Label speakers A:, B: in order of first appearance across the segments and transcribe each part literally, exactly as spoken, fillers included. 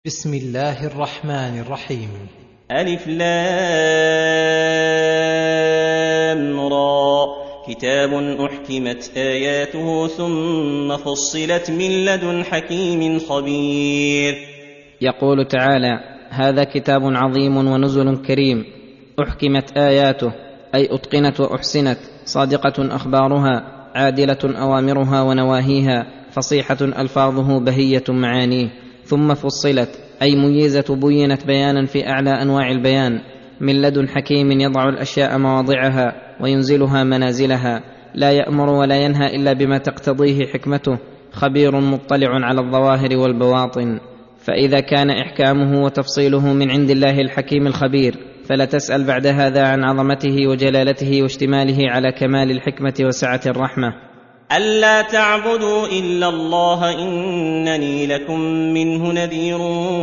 A: بسم الله الرحمن الرحيم.
B: ألف لام را كتاب أحكمت آياته ثم فصلت من لدن حكيم خبير.
C: يقول تعالى: هذا كتاب عظيم ونزل كريم أحكمت آياته، أي أتقنت وأحسنت، صادقة أخبارها، عادلة أوامرها ونواهيها، فصيحة ألفاظه، بهية معانيه. ثم فصلت أي ميزة، بينت بيانا في أعلى أنواع البيان، من لدن حكيم يضع الأشياء مواضعها وينزلها منازلها، لا يأمر ولا ينهى إلا بما تقتضيه حكمته، خبير مطلع على الظواهر والبواطن. فإذا كان إحكامه وتفصيله من عند الله الحكيم الخبير، فلا تسأل بعد هذا عن عظمته وجلالته واشتماله على كمال الحكمة وسعة الرحمة.
B: ألا تعبدوا إلا الله إنني لكم منه نذير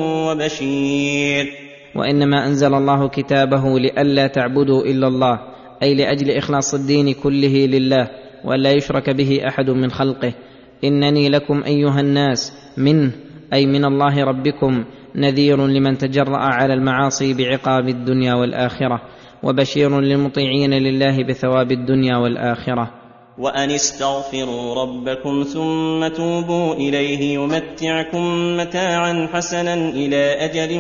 B: وبشير.
C: وإنما أنزل الله كتابه لئلا تعبدوا إلا الله، أي لأجل إخلاص الدين كله لله وألا يشرك به أحد من خلقه. إنني لكم أيها الناس منه، أي من الله ربكم، نذير لمن تجرأ على المعاصي بعقاب الدنيا والآخرة، وبشير للمطيعين لله بثواب الدنيا والآخرة.
B: وأن استغفروا ربكم ثم توبوا إليه يمتعكم متاعا حسنا إلى أجل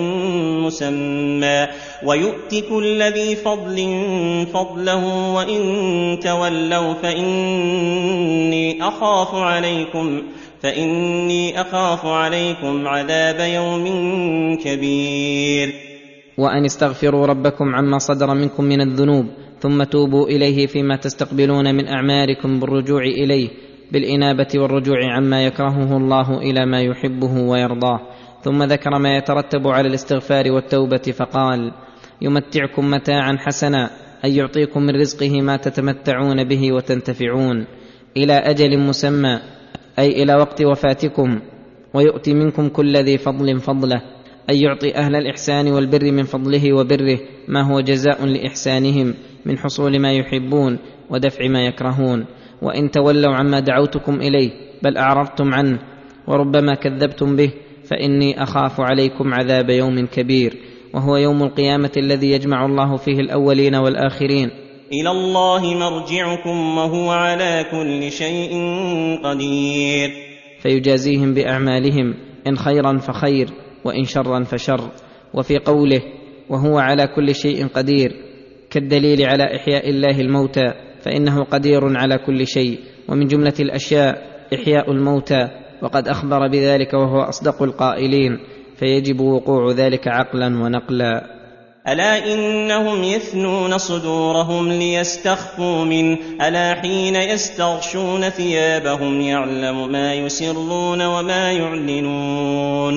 B: مسمى ويؤت كل ذي فضل فضله وإن تولوا فإني أخاف عليكم فإني أخاف عليكم عذاب يوم كبير.
C: وأن استغفروا ربكم عما صدر منكم من الذنوب ثم توبوا إليه فيما تستقبلون من أعمالكم بالرجوع إليه، بالإنابة والرجوع عما يكرهه الله إلى ما يحبه ويرضاه. ثم ذكر ما يترتب على الاستغفار والتوبة فقال: يمتعكم متاعا حسنا، أي يعطيكم من رزقه ما تتمتعون به وتنتفعون، إلى أجل مسمى، أي إلى وقت وفاتكم. ويؤتي منكم كل ذي فضل فضله، أي يعطي أهل الإحسان والبر من فضله وبره ما هو جزاء لإحسانهم من حصول ما يحبون ودفع ما يكرهون. وإن تولوا عما دعوتكم إليه بل أعرضتم عنه وربما كذبتم به فإني أخاف عليكم عذاب يوم كبير، وهو يوم القيامة الذي يجمع الله فيه الأولين والآخرين.
B: إلى الله مرجعكم وهو على كل شيء قدير.
C: فيجازيهم بأعمالهم، إن خيرا فخير وإن شرا فشر. وفي قوله وهو على كل شيء قدير كالدليل على إحياء الله الموتى، فإنه قدير على كل شيء، ومن جملة الأشياء إحياء الموتى، وقد أخبر بذلك وهو أصدق القائلين، فيجب وقوع ذلك عقلا ونقلا.
B: ألا إنهم يثنون صدورهم ليستخفوا منه، ألا حين يستغشون ثيابهم يعلم ما يسرون وما يعلنون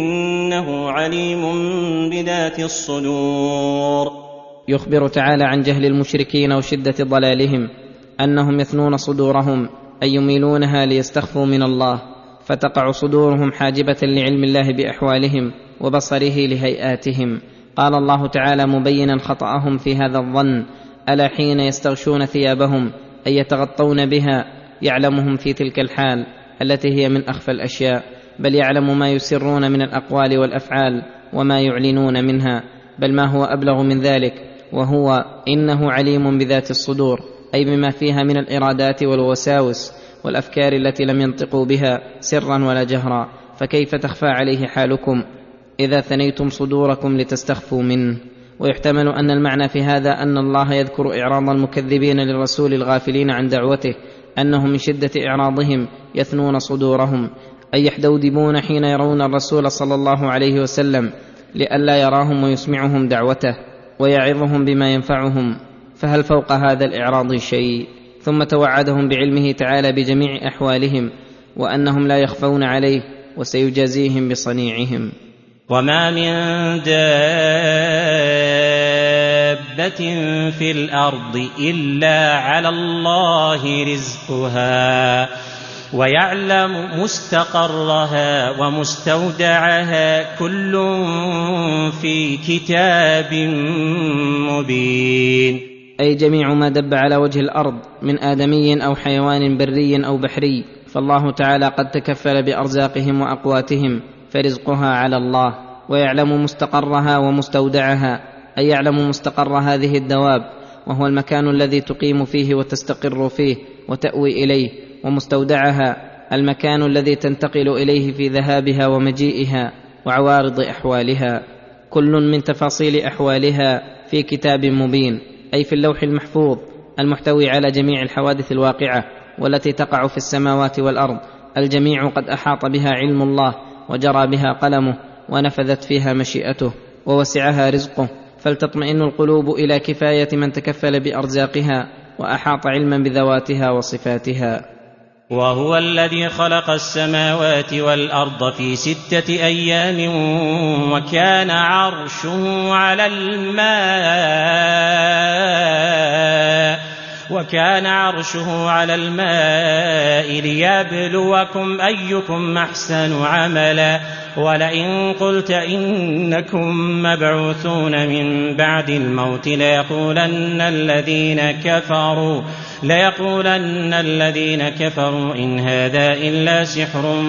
B: إنه عليم بذات الصدور.
C: يخبر تعالى عن جهل المشركين وشدة ضلالهم، أنهم يثنون صدورهم أي يميلونها ليستخفوا من الله، فتقع صدورهم حاجبة لعلم الله بأحوالهم وبصره لهيئاتهم. قال الله تعالى مبينا خطأهم في هذا الظن: ألا حين يستغشون ثيابهم أي يتغطون بها، يعلمهم في تلك الحال التي هي من أخفى الأشياء، بل يعلم ما يسرون من الأقوال والأفعال وما يعلنون منها، بل ما هو أبلغ من ذلك، وهو إنه عليم بذات الصدور، أي بما فيها من الإرادات والوساوس والأفكار التي لم ينطقوا بها سرا ولا جهرا. فكيف تخفى عليه حالكم إذا ثنيتم صدوركم لتستخفوا منه؟ ويحتمل أن المعنى في هذا أن الله يذكر إعراض المكذبين للرسول الغافلين عن دعوته، أنهم من شدة إعراضهم يثنون صدورهم، أي يحدودبون حين يرون الرسول صلى الله عليه وسلم لئلا يراهم ويسمعهم دعوته ويعظهم بما ينفعهم. فهل فوق هذا الإعراض شيء؟ ثم توعدهم بعلمه تعالى بجميع أحوالهم، وأنهم لا يخفون عليه وسيجازيهم بصنيعهم.
B: وما من دابة في الأرض إلا على الله رزقها ويعلم مستقرها ومستودعها كل في كتاب مبين.
C: أي جميع ما دب على وجه الأرض من آدمي أو حيوان بري أو بحري، فالله تعالى قد تكفل بأرزاقهم وأقواتهم، فرزقها على الله. ويعلم مستقرها ومستودعها، أي يعلم مستقر هذه الدواب وهو المكان الذي تقيم فيه وتستقر فيه وتأوي إليه، ومستودعها المكان الذي تنتقل إليه في ذهابها ومجيئها وعوارض أحوالها. كل من تفاصيل أحوالها في كتاب مبين، أي في اللوح المحفوظ المحتوي على جميع الحوادث الواقعة والتي تقع في السماوات والأرض، الجميع قد أحاط بها علم الله وجرى بها قلمه ونفذت فيها مشيئته ووسعها رزقه، فلتطمئن القلوب إلى كفاية من تكفل بأرزاقها وأحاط علما بذواتها وصفاتها.
B: وهو الذي خلق السماوات والأرض في ستة أيام وكان عرشه على الماء وكان عرشه على الماء ليبلوكم أيكم أحسن عملا ولئن قلت إنكم مبعوثون من بعد الموت ليقولن الذين كفروا ليقولن الذين كفروا إن هذا إلا سحر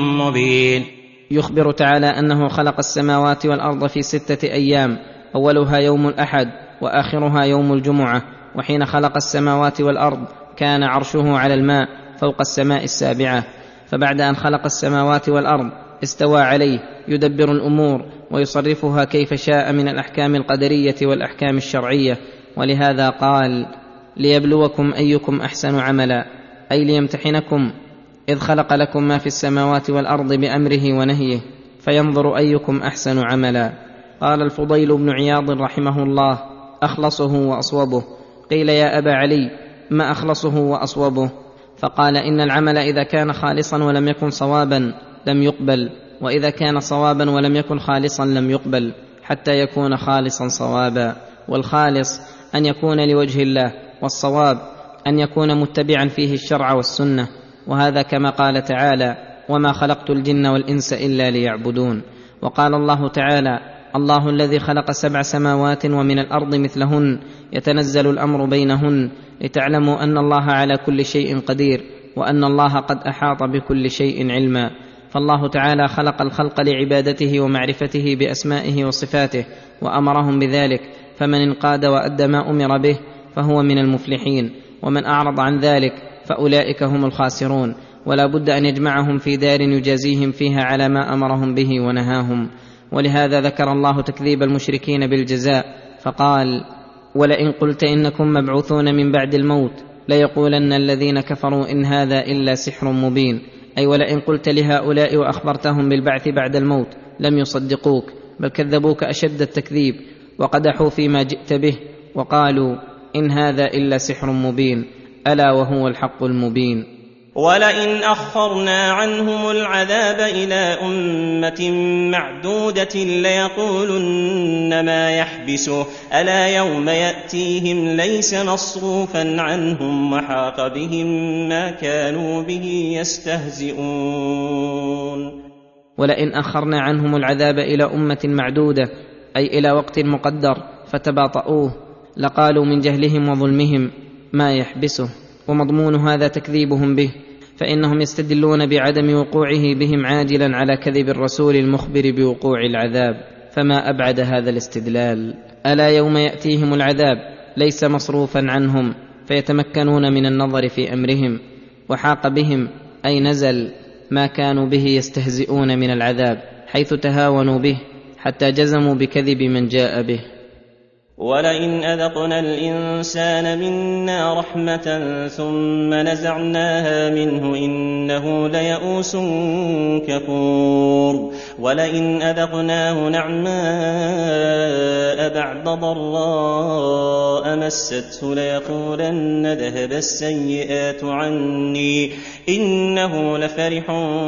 B: مبين.
C: يخبر تعالى أنه خلق السماوات والأرض في ستة أيام، أولها يوم الأحد وآخرها يوم الجمعة. وحين خلق السماوات والأرض كان عرشه على الماء فوق السماء السابعة، فبعد أن خلق السماوات والأرض استوى عليه يدبر الأمور ويصرفها كيف شاء من الأحكام القدرية والأحكام الشرعية. ولهذا قال ليبلوكم أيكم أحسن عملا، أي ليمتحنكم، إذ خلق لكم ما في السماوات والأرض بأمره ونهيه فينظر أيكم أحسن عملا. قال الفضيل بن عياض رحمه الله: أخلصه وأصوبه. قيل: يا أبا علي، ما أخلصه وأصوبه؟ فقال: إن العمل إذا كان خالصا ولم يكن صوابا لم يقبل، وإذا كان صوابا ولم يكن خالصا لم يقبل، حتى يكون خالصا صوابا. والخالص أن يكون لوجه الله، والصواب أن يكون متبعا فيه الشرع والسنة، وهذا كما قال تعالى: وما خلقت الجن والإنس إلا ليعبدون. وقال الله تعالى: الله الذي خلق سبع سماوات ومن الأرض مثلهن يتنزل الأمر بينهن لتعلموا أن الله على كل شيء قدير وأن الله قد أحاط بكل شيء علما. فالله تعالى خلق الخلق لعبادته ومعرفته بأسمائه وصفاته وأمرهم بذلك، فمن انقاد وأدى ما أمر به فهو من المفلحين، ومن أعرض عن ذلك فأولئك هم الخاسرون. ولا بد أن يجمعهم في دار يجازيهم فيها على ما أمرهم به ونهاهم. ولهذا ذكر الله تكذيب المشركين بالجزاء فقال: ولئن قلت إنكم مبعوثون من بعد الموت ليقولن الذين كفروا إن هذا إلا سحر مبين، أي ولئن قلت لهؤلاء وأخبرتهم بالبعث بعد الموت لم يصدقوك، بل كذبوك أشد التكذيب وقدحوا فيما جئت به وقالوا إن هذا إلا سحر مبين، ألا وهو الحق المبين.
B: ولئن أخرنا عنهم العذاب إلى أمة معدودة ليقولن ما يحبسه ألا يوم يأتيهم ليس مصروفا عنهم وحاق بهم ما كانوا به يستهزئون.
C: ولئن أخرنا عنهم العذاب إلى أمة معدودة، أي إلى وقت مقدر فتباطؤوه، لقالوا من جهلهم وظلمهم ما يحبسه. ومضمون هذا تكذيبهم به، فإنهم يستدلون بعدم وقوعه بهم عاجلا على كذب الرسول المخبر بوقوع العذاب، فما أبعد هذا الاستدلال. ألا يوم يأتيهم العذاب ليس مصروفا عنهم فيتمكنون من النظر في أمرهم، وحاق بهم أي نزل ما كانوا به يستهزئون من العذاب، حيث تهاونوا به حتى جزموا بكذب من جاء به.
B: ولئن أذقنا الإنسان منا رحمة ثم نزعناها منه إنه ليئوس كفور. ولئن أذقناه نعماء بعد ضراء مسته ليقولن ذهب السيئات عني إنه لفرح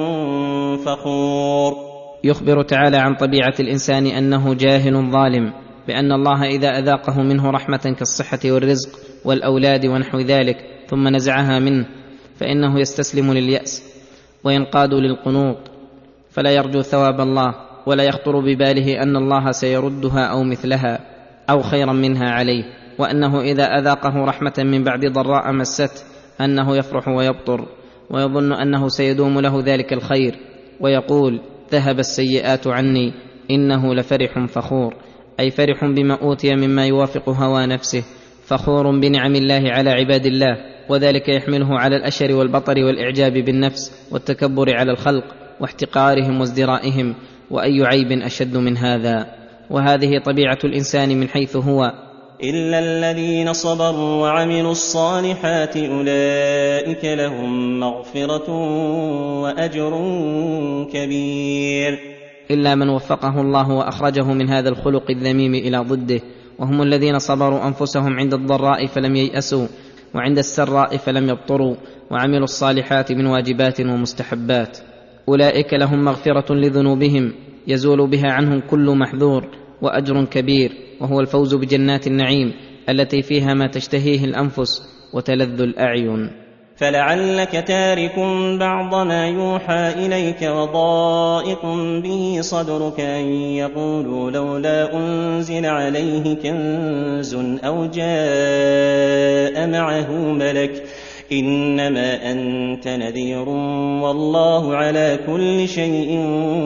B: فخور.
C: يخبر تعالى عن طبيعة الإنسان أنه جاهل ظالم، بأن الله إذا أذاقه منه رحمة كالصحة والرزق والأولاد ونحو ذلك ثم نزعها منه فإنه يستسلم لليأس وينقاد للقنوط، فلا يرجو ثواب الله، ولا يخطر بباله أن الله سيردها أو مثلها أو خيرا منها عليه، وأنه إذا أذاقه رحمة من بعد ضراء مسته أنه يفرح ويبطر ويظن أنه سيدوم له ذلك الخير، ويقول ذهب السيئات عني إنه لفرح فخور، أي فرح بما أوتي مما يوافق هوى نفسه، فخور بنعم الله على عباد الله، وذلك يحمله على الأشر والبطر والإعجاب بالنفس والتكبر على الخلق واحتقارهم وازدرائهم، وأي عيب أشد من هذا؟ وهذه طبيعة الإنسان من حيث هو.
B: إلا الذين صبروا وعملوا الصالحات أولئك لهم مغفرة وأجر كبير.
C: إلا من وفقه الله وأخرجه من هذا الخلق الذميم إلى ضده، وهم الذين صبروا أنفسهم عند الضراء فلم ييأسوا، وعند السراء فلم يبطروا، وعملوا الصالحات من واجبات ومستحبات. أولئك لهم مغفرة لذنوبهم يزول بها عنهم كل محذور، وأجر كبير، وهو الفوز بجنات النعيم التي فيها ما تشتهيه الأنفس وتلذ الأعين.
B: فلعلك تارك بعض ما يوحى إليك وضائق به صدرك أن يقولوا لولا أنزل عليه كنز أو جاء معه ملك، إنما أنت نذير والله على كل شيء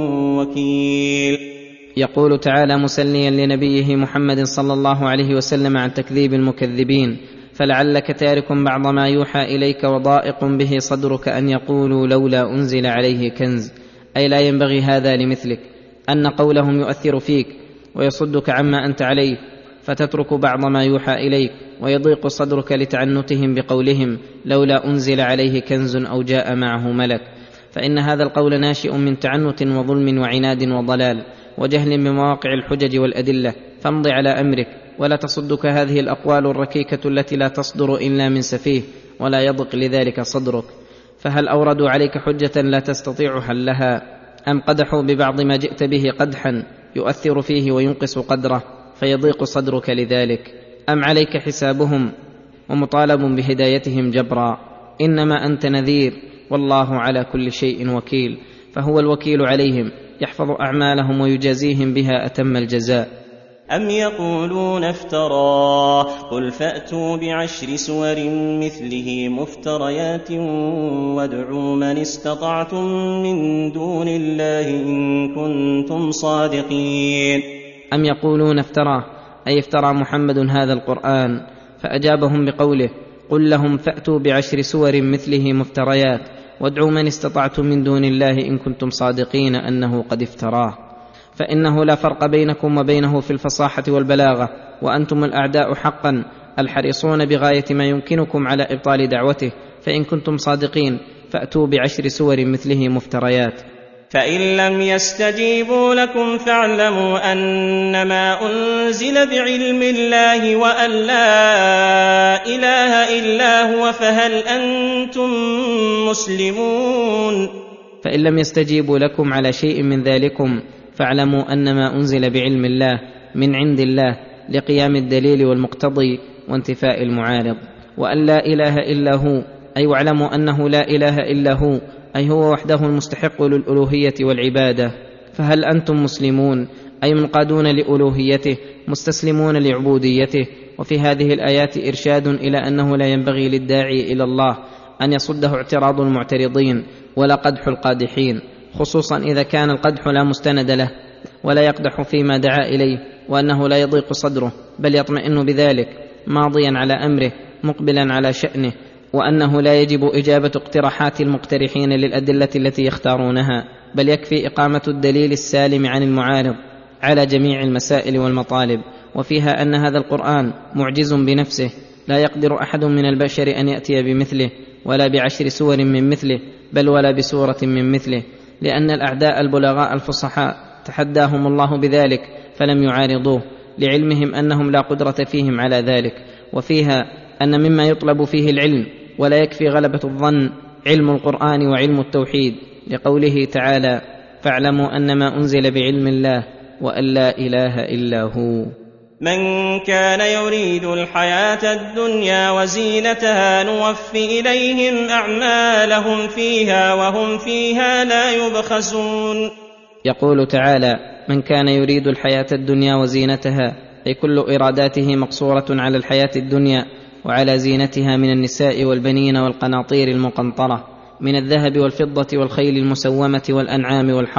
B: وكيل.
C: يقول تعالى مسليا لنبيه محمد صلى الله عليه وسلم عن تكذيب المكذبين: فلعلك تارك بعض ما يوحى إليك وضائق به صدرك أن يقولوا لولا أنزل عليه كنز، أي لا ينبغي هذا لمثلك، أن قولهم يؤثر فيك ويصدك عما أنت عليه، فتترك بعض ما يوحى إليك، ويضيق صدرك لتعنتهم بقولهم لولا أنزل عليه كنز أو جاء معه ملك، فإن هذا القول ناشئ من تعنت وظلم وعناد وضلال وجهل بمواقع الحجج والأدلة، فامض على أمرك، ولا تصدك هذه الأقوال الركيكة التي لا تصدر إلا من سفيه ولا يضق لذلك صدرك. فهل أوردوا عليك حجة لا تستطيع حلها، أم قدحوا ببعض ما جئت به قدحا يؤثر فيه وينقص قدره فيضيق صدرك لذلك، أم عليك حسابهم ومطالب بهدايتهم جبرا؟ إنما أنت نذير، والله على كل شيء وكيل، فهو الوكيل عليهم يحفظ أعمالهم ويجازيهم بها أتم الجزاء.
B: أم يقولون افتراه، قل فأتوا بعشر سور مثله مفتريات وادعوا من استطعتم من دون الله إن كنتم صادقين.
C: أم يقولون افتراه، أي افترى محمد هذا القرآن، فأجابهم بقوله: قل لهم فأتوا بعشر سور مثله مفتريات وادعوا من استطعتم من دون الله إن كنتم صادقين أنه قد افتراه، فإنه لا فرق بينكم وبينه في الفصاحة والبلاغة، وأنتم الأعداء حقا الحريصون بغاية ما يمكنكم على إبطال دعوته، فإن كنتم صادقين فأتوا بعشر سور مثله مفتريات.
B: فإن لم يستجيبوا لكم فاعلموا أنما أنزل بعلم الله وأن لا إله إلا هو فهل أنتم مسلمون.
C: فإن لم يستجيبوا لكم على شيء من ذلكم فاعلموا أنما أنزل بعلم الله من عند الله لقيام الدليل والمقتضي وانتفاء المعارض، وأن لا إله إلا هو، أي واعلموا أنه لا إله إلا هو، أي هو وحده المستحق للألوهية والعبادة. فهل أنتم مسلمون، أي منقادون لألوهيته مستسلمون لعبوديته. وفي هذه الآيات إرشاد إلى أنه لا ينبغي للداعي إلى الله أن يصده اعتراض المعترضين ولا قدح القادحين، خصوصا إذا كان القدح لا مستند له، ولا يقدح فيما دعا إليه، وأنه لا يضيق صدره بل يطمئن بذلك ماضيا على أمره مقبلا على شأنه، وأنه لا يجب إجابة اقتراحات المقترحين للأدلة التي يختارونها، بل يكفي إقامة الدليل السالم عن المعارض على جميع المسائل والمطالب. وفيها أن هذا القرآن معجز بنفسه، لا يقدر أحد من البشر أن يأتي بمثله ولا بعشر سور من مثله، بل ولا بسورة من مثله، لأن الأعداء البلغاء الفصحاء تحداهم الله بذلك فلم يعارضوه، لعلمهم أنهم لا قدرة فيهم على ذلك. وفيها أن مما يطلب فيه العلم ولا يكفي غلبة الظن علم القرآن وعلم التوحيد، لقوله تعالى: فاعلموا أنما أنزل بعلم الله وأن لا إله إلا هو.
B: من كان يريد الحياة الدنيا وزينتها نوف إليهم أعمالهم فيها وهم فيها لا يبخسون.
C: يقول تعالى: من كان يريد الحياة الدنيا وزينتها، أي كل إراداته مقصورة على الحياة الدنيا وعلى زينتها من النساء والبنين والقناطير المقنطرة من الذهب والفضة والخيل المسومة والأنعام والحرث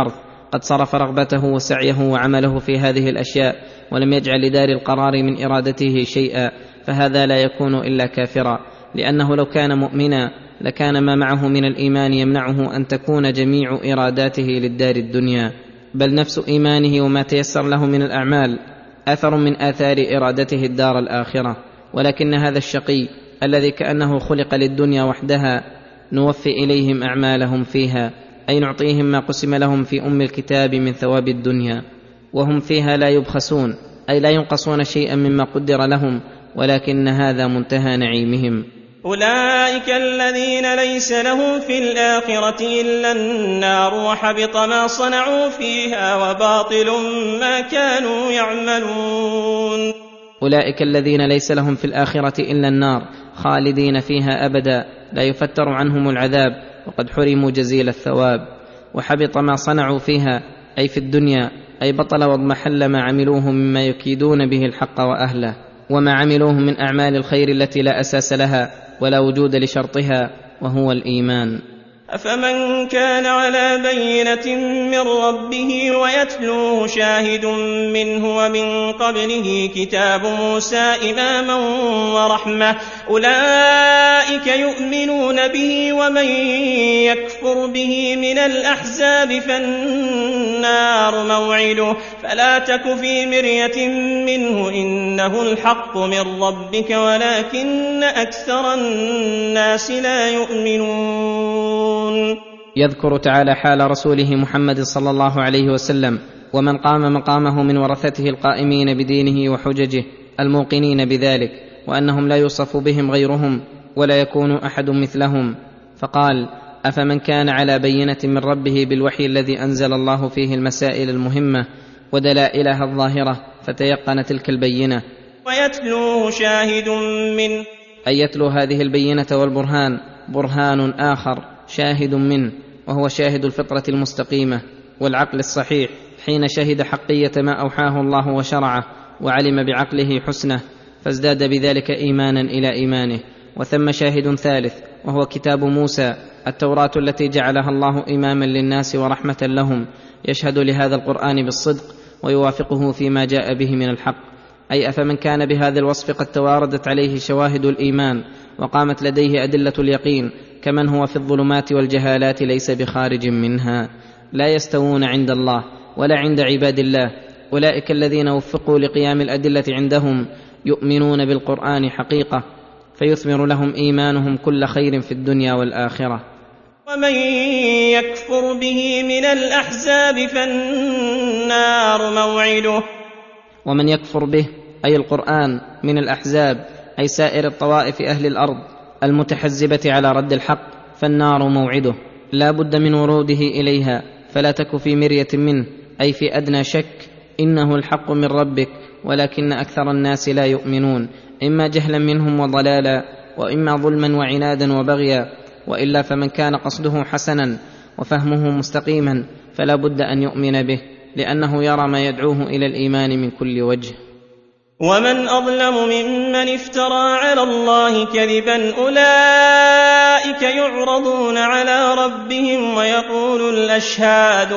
C: قد صرف رغبته وسعيه وعمله في هذه الأشياء ولم يجعل لدار القرار من إرادته شيئا، فهذا لا يكون إلا كافرا، لأنه لو كان مؤمنا لكان ما معه من الإيمان يمنعه أن تكون جميع إراداته للدار الدنيا، بل نفس إيمانه وما تيسر له من الأعمال أثر من آثار إرادته الدار الآخرة. ولكن هذا الشقي الذي كأنه خلق للدنيا وحدها نوفي إليهم أعمالهم فيها، أي نعطيهم ما قسم لهم في أم الكتاب من ثواب الدنيا، وهم فيها لا يبخسون، أي لا ينقصون شيئا مما قدر لهم، ولكن هذا منتهى نعيمهم.
B: أولئك الذين ليس لهم في الآخرة إلا النار وحبط ما صنعوا فيها وباطل ما كانوا يعملون.
C: أولئك الذين ليس لهم في الآخرة إلا النار خالدين فيها أبدا لا يفتر عنهم العذاب، وقد حرموا جزيل الثواب. وحبط ما صنعوا فيها أي في الدنيا، أي بطل واضمحل ما عملوه مما يكيدون به الحق وأهله، وما عملوه من أعمال الخير التي لا أساس لها ولا وجود لشرطها، وهو الإيمان.
B: أفمن كان على بينة من ربه ويتلوه شاهد منه ومن قبله كتاب موسى إماما ورحمة أولئك يؤمنون به، ومن يكفر به من الأحزاب فالنار موعده، فلا تك في مرية منه إنه الحق من ربك ولكن أكثر الناس لا يؤمنون.
C: يذكر تعالى حال رسوله محمد صلى الله عليه وسلم ومن قام مقامه من ورثته القائمين بدينه وحججه الموقنين بذلك، وأنهم لا يوصف بهم غيرهم ولا يكون أحد مثلهم، فقال: أفمن كان على بينة من ربه بالوحي الذي أنزل الله فيه المسائل المهمة ودلائلها الظاهرة فتيقن تلك البينة،
B: ويتلوه شاهد منه،
C: أي يتلو هذه البينة والبرهان برهان آخر شاهد منه، وهو شاهد الفطرة المستقيمة والعقل الصحيح، حين شهد حقية ما أوحاه الله وشرعه وعلم بعقله حسنه فازداد بذلك إيمانا إلى إيمانه. وثم شاهد ثالث وهو كتاب موسى، التوراة التي جعلها الله إماما للناس ورحمة لهم، يشهد لهذا القرآن بالصدق ويوافقه فيما جاء به من الحق. أي أفمن كان بهذا الوصف قد تواردت عليه شواهد الإيمان وقامت لديه أدلة اليقين، كمن هو في الظلمات والجهالات ليس بخارج منها، لا يستوون عند الله ولا عند عباد الله. أولئك الذين وفقوا لقيام الأدلة عندهم يؤمنون بالقرآن حقيقة، فيثمر لهم إيمانهم كل خير في الدنيا والآخرة.
B: ومن يكفر به من الأحزاب فالنار موعده.
C: ومن يكفر به أي القرآن من الأحزاب، أي سائر الطوائف أهل الأرض المتحزبة على رد الحق، فالنار موعده لا بد من وروده إليها، فلا تك في مرية منه، أي في أدنى شك، إنه الحق من ربك، ولكن أكثر الناس لا يؤمنون، إما جهلا منهم وضلالا، وإما ظلما وعنادا وبغيا، وإلا فمن كان قصده حسنا وفهمه مستقيما فلا بد أن يؤمن به، لأنه يرى ما يدعوه إلى الإيمان من كل وجه.
B: ومن أظلم ممن افترى على الله كذبا أولئك يعرضون على ربهم ويقول الأشهاد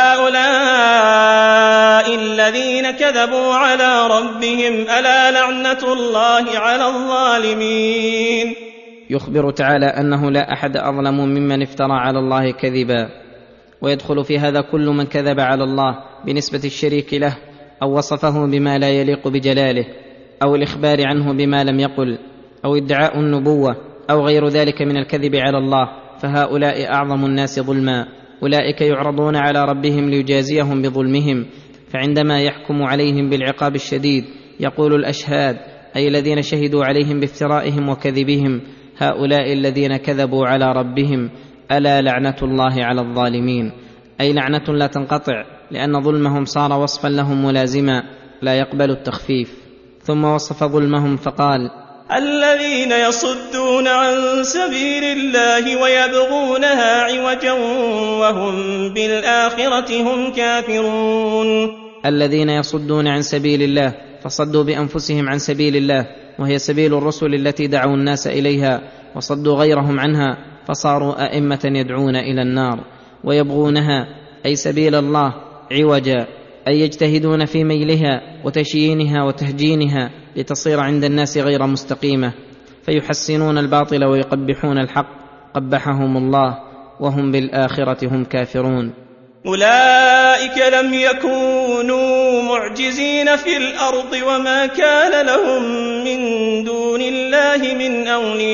B: هؤلاء الذين كذبوا على ربهم ألا لعنة الله على الظالمين.
C: يخبر تعالى أنه لا أحد أظلم ممن افترى على الله كذبا، ويدخل في هذا كل من كذب على الله بنسبة الشريك له أو وصفه بما لا يليق بجلاله، أو الإخبار عنه بما لم يقل، أو ادعاء النبوة، أو غير ذلك من الكذب على الله، فهؤلاء أعظم الناس ظلما. أولئك يعرضون على ربهم ليجازيهم بظلمهم، فعندما يحكم عليهم بالعقاب الشديد يقول الأشهاد، أي الذين شهدوا عليهم بافترائهم وكذبهم، هؤلاء الذين كذبوا على ربهم ألا لعنة الله على الظالمين، أي لعنة لا تنقطع، لأن ظلمهم صار وصفا لهم ملازما لا يقبل التخفيف. ثم وصف ظلمهم فقال:
B: الذين يصدون عن سبيل الله ويبغونها عوجا وهم بالآخرة هم كافرون.
C: الذين يصدون عن سبيل الله فصدوا بأنفسهم عن سبيل الله، وهي سبيل الرسل التي دعوا الناس إليها، وصدوا غيرهم عنها فصاروا أئمة يدعون إلى النار. ويبغونها أي سبيل الله عوجا، أي يجتهدون في ميلها وتشيينها وتهجينها لتصير عند الناس غير مستقيمة، فيحسنون الباطل ويقبحون الحق، قبحهم الله، وهم بالآخرة هم كافرون.
B: أولئك لم يكونوا معجزين في الأرض وما كان لهم من دون الله من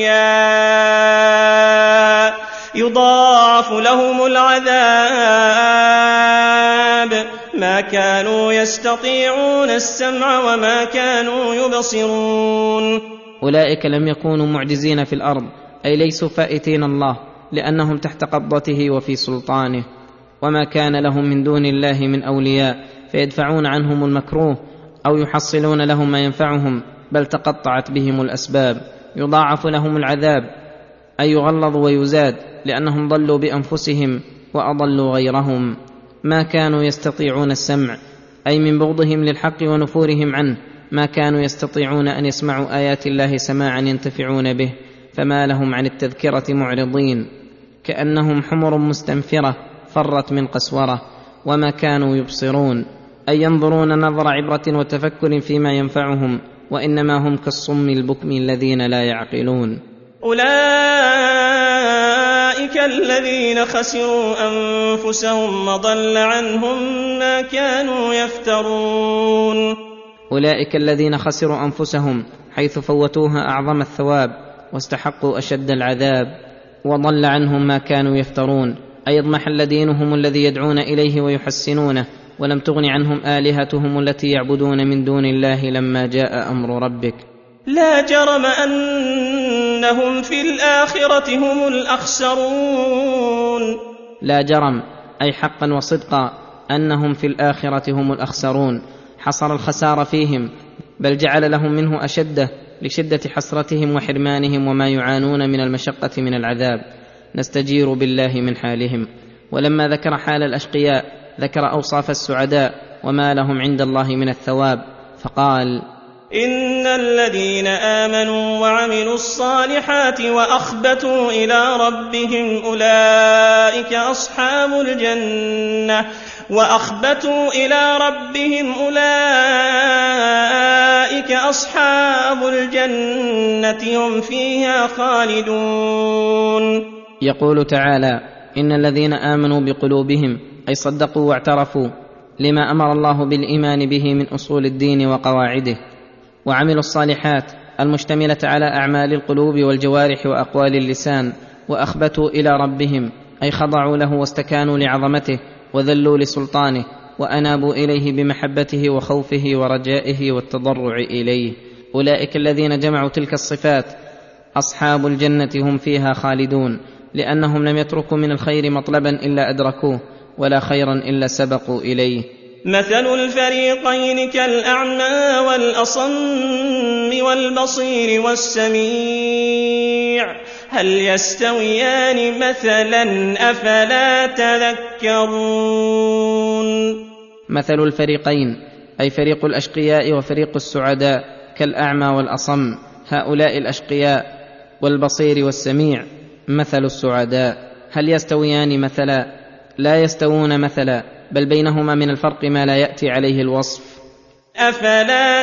B: أولياء يضاعف لهم العذاب ما كانوا يستطيعون السمع وما كانوا يبصرون.
C: أولئك لم يكونوا معجزين في الأرض، أي ليسوا فائتين الله، لأنهم تحت قبضته وفي سلطانه. وما كان لهم من دون الله من أولياء فيدفعون عنهم المكروه أو يحصلون لهم ما ينفعهم، بل تقطعت بهم الأسباب. يضاعف لهم العذاب أي يغلظ ويزاد، لأنهم ضلوا بأنفسهم وأضلوا غيرهم. ما كانوا يستطيعون السمع، أي من بغضهم للحق ونفورهم عنه ما كانوا يستطيعون أن يسمعوا آيات الله سماعا ينتفعون به، فما لهم عن التذكرة معرضين، كأنهم حمر مستنفرة فرت من قسورة. وما كانوا يبصرون، أي ينظرون نظر عبرة وتفكر فيما ينفعهم، وإنما هم كالصم البكم الذين لا يعقلون.
B: أولئك الذين خسروا أنفسهم وضل عنهم ما كانوا يفترون.
C: أولئك الذين خسروا أنفسهم، حيث فوتوها أعظم الثواب واستحقوا أشد العذاب، وضل عنهم ما كانوا يفترون، أي اضمحل دينهم الذي يدعون إليه ويحسنونه، ولم تغن عنهم آلهتهم التي يعبدون من دون الله لما جاء أمر ربك.
B: لا جرم أنهم في الآخرة هم الأخسرون.
C: لا جرم، أي حقا وصدقا، أنهم في الآخرة هم الأخسرون، حصر الخسار فيهم، بل جعل لهم منه أشده لشدة حسرتهم وحرمانهم وما يعانون من المشقة من العذاب. نستجير بالله من حالهم. ولما ذكر حال الأشقياء ذكر أوصاف السعداء وما لهم عند الله من الثواب، فقال:
B: إن الذين آمنوا وعملوا الصالحات وأخبتوا إلى ربهم أولئك أصحاب الجنة وأخبتوا إلى ربهم أولئك أصحاب الجنة هم فيها خالدون.
C: يقول تعالى: إن الذين آمنوا بقلوبهم، أي صدقوا واعترفوا لما أمر الله بالإيمان به من أصول الدين وقواعده، وعملوا الصالحات المشتملة على أعمال القلوب والجوارح وأقوال اللسان، وأخبتوا إلى ربهم، أي خضعوا له واستكانوا لعظمته وذلوا لسلطانه، وأنابوا إليه بمحبته وخوفه ورجائه والتضرع إليه. أولئك الذين جمعوا تلك الصفات أصحاب الجنة هم فيها خالدون، لأنهم لم يتركوا من الخير مطلبا إلا أدركوه، ولا خيرا إلا سبقوا إليه.
B: مثل الفريقين كالأعمى والأصم والبصير والسميع هل يستويان مثلا أفلا تذكرون.
C: مثل الفريقين، أي فريق الأشقياء وفريق السعداء، كالأعمى والأصم، هؤلاء الأشقياء، والبصير والسميع مثل السعداء. هل يستويان مثلا؟ لا يستوون مثلا، بل بينهما من الفرق ما لا يأتي عليه الوصف.
B: أفلا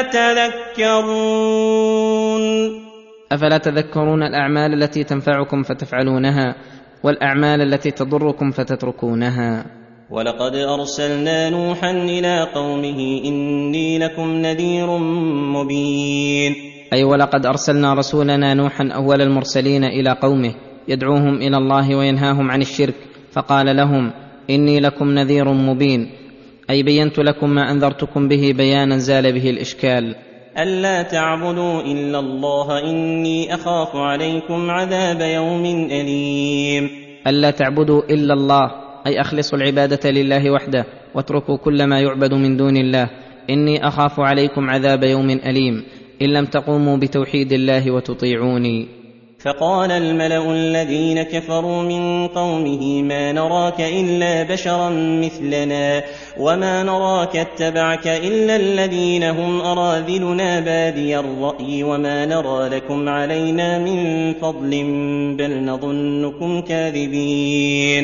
B: تذكرون.
C: أفلا تذكرون الأعمال التي تنفعكم فتفعلونها، والأعمال التي تضركم فتتركونها.
B: ولقد أرسلنا نوحا إلى قومه إني لكم نذير مبين.
C: أي ولقد أرسلنا رسولنا نوحا أول المرسلين إلى قومه يدعوهم إلى الله وينهاهم عن الشرك، فقال لهم: إني لكم نذير مبين، أي بينت لكم ما أنذرتكم به بيانا زال به الإشكال.
B: ألا تعبدوا إلا الله إني أخاف عليكم عذاب يوم أليم.
C: ألا تعبدوا إلا الله، أي أخلصوا العبادة لله وحده واتركوا كل ما يعبد من دون الله. إني أخاف عليكم عذاب يوم أليم إن لم تقوموا بتوحيد الله وتطيعوني.
B: فقال الملأ الذين كفروا من قومه ما نراك إلا بشرا مثلنا وما نراك اتبعك إلا الذين هم أراذلنا بادي الرأي وما نرى لكم علينا من فضل بل نظنكم كاذبين.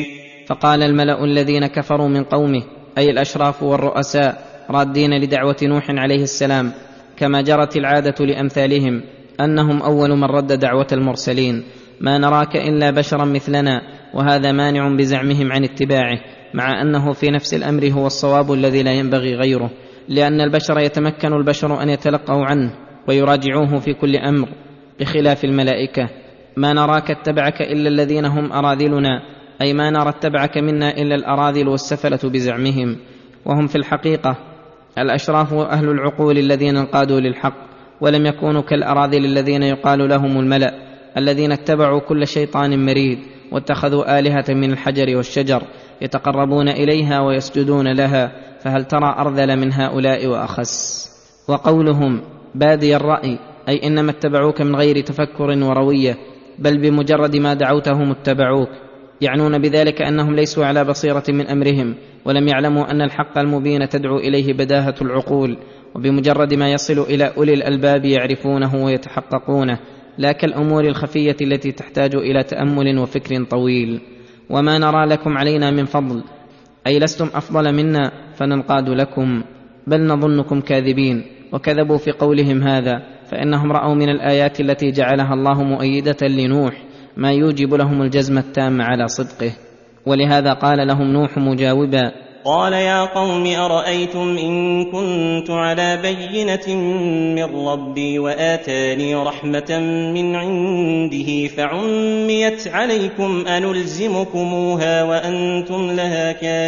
C: فقال الملأ الذين كفروا من قومه أي الأشراف والرؤساء رادين لدعوة نوح عليه السلام كما جرت العادة لأمثالهم أنهم أول من رد دعوة المرسلين: ما نراك إلا بشرا مثلنا. وهذا مانع بزعمهم عن اتباعه، مع أنه في نفس الأمر هو الصواب الذي لا ينبغي غيره، لأن البشر يتمكن البشر أن يتلقوا عنه ويراجعوه في كل أمر، بخلاف الملائكة. ما نراك اتبعك إلا الذين هم أراذلنا، أي ما نرى اتبعك منا إلا الأراذل والسفلة بزعمهم، وهم في الحقيقة الأشراف وأهل العقول الذين انقادوا للحق، ولم يكونوا كالأراذل الذين يقال لهم الملأ، الذين اتبعوا كل شيطان مريد واتخذوا آلهة من الحجر والشجر يتقربون إليها ويسجدون لها، فهل ترى أرذل من هؤلاء وأخس. وقولهم بادي الرأي، أي إنما اتبعوك من غير تفكر وروية، بل بمجرد ما دعوتهم اتبعوك، يعنون بذلك أنهم ليسوا على بصيرة من أمرهم، ولم يعلموا أن الحق المبين تدعو إليه بداهة العقول، وبمجرد ما يصل إلى أولي الألباب يعرفونه ويتحققونه، لا كالأمور الخفية التي تحتاج إلى تأمل وفكر طويل. وما نرى لكم علينا من فضل، أي لستم أفضل منا فننقاد لكم، بل نظنكم كاذبين. وكذبوا في قولهم هذا، فإنهم رأوا من الآيات التي جعلها الله مؤيدة لنوح ما يوجب لهم الجزم التام على صدقه. ولهذا قال لهم نوح مجاوبا:
B: قال يا قوم أرأيتم إن كنت على بينة من ربي وآتاني رحمة من عنده فعميت عليكم أنلزمكموها وأنتم لها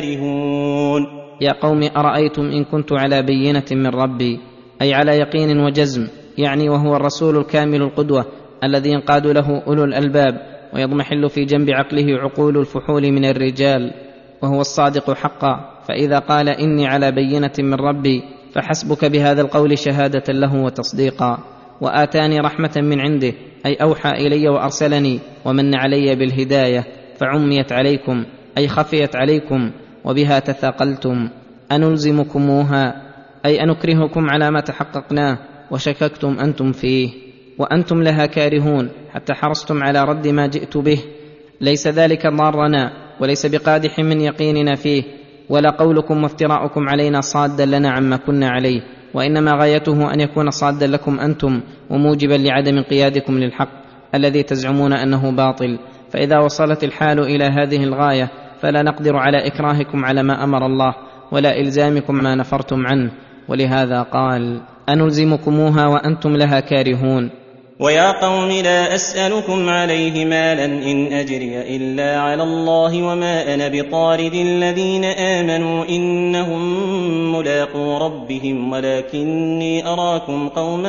B: كارهون.
C: يا قوم أرأيتم إن كنت على بينة من ربي، أي على يقين وجزم، يعني وهو الرسول الكامل القدوة الذي ينقاد له أولو الألباب ويضمحل في جنب عقله عقول الفحول من الرجال، وهو الصادق حقا. فإذا قال إني على بينة من ربي فحسبك بهذا القول شهادة له وتصديقا. وآتاني رحمة من عنده، أي أوحى إلي وأرسلني ومن علي بالهداية، فعميت عليكم أي خفيت عليكم وبها تثاقلتم. أنلزمكموها أي أنكرهكم على ما تحققناه وشككتم أنتم فيه، وأنتم لها كارهون، حتى حرصتم على رد ما جئت به. ليس ذلك ضارنا وليس بقادح من يقيننا فيه، ولا قولكم وافتراؤكم علينا صادا لنا عما كنا عليه، وإنما غايته أن يكون صادا لكم أنتم وموجبا لعدم انقيادكم للحق الذي تزعمون أنه باطل. فإذا وصلت الحال إلى هذه الغاية فلا نقدر على إكراهكم على ما أمر الله ولا إلزامكم ما نفرتم عنه. ولهذا قال: أنلزمكموها وأنتم لها كارهون.
B: ويا قوم لا أسألكم عليه مالا إن أجري إلا على الله وما أنا بطارد الذين آمنوا إنهم ملاقو ربهم ولكني أراكم قوما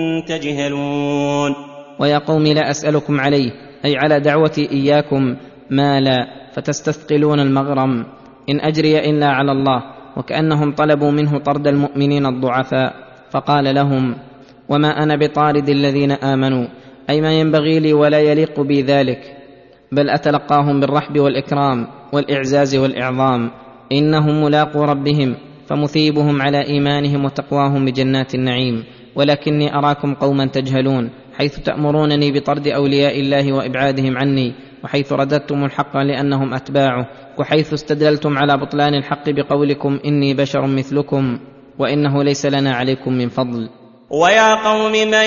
B: تجهلون.
C: ويا قوم لا أسألكم عليه، أي على دعوتي إياكم، مالا فتستثقلون المغرم، إن أجري إلا على الله، وكأنهم طلبوا منه طرد المؤمنين الضعفاء، فقال لهم: وما أنا بطارد الذين آمنوا، أي ما ينبغي لي ولا يليق بي ذلك، بل أتلقاهم بالرحب والإكرام والإعزاز والإعظام. إنهم ملاقو ربهم، فمثيبهم على إيمانهم وتقواهم بجنات النعيم، ولكني أراكم قوما تجهلون، حيث تأمرونني بطرد أولياء الله وإبعادهم عني، وحيث رددتم الحق لأنهم أتباعه، وحيث استدللتم على بطلان الحق بقولكم إني بشر مثلكم وإنه ليس لنا عليكم من فضل.
B: ويا قوم من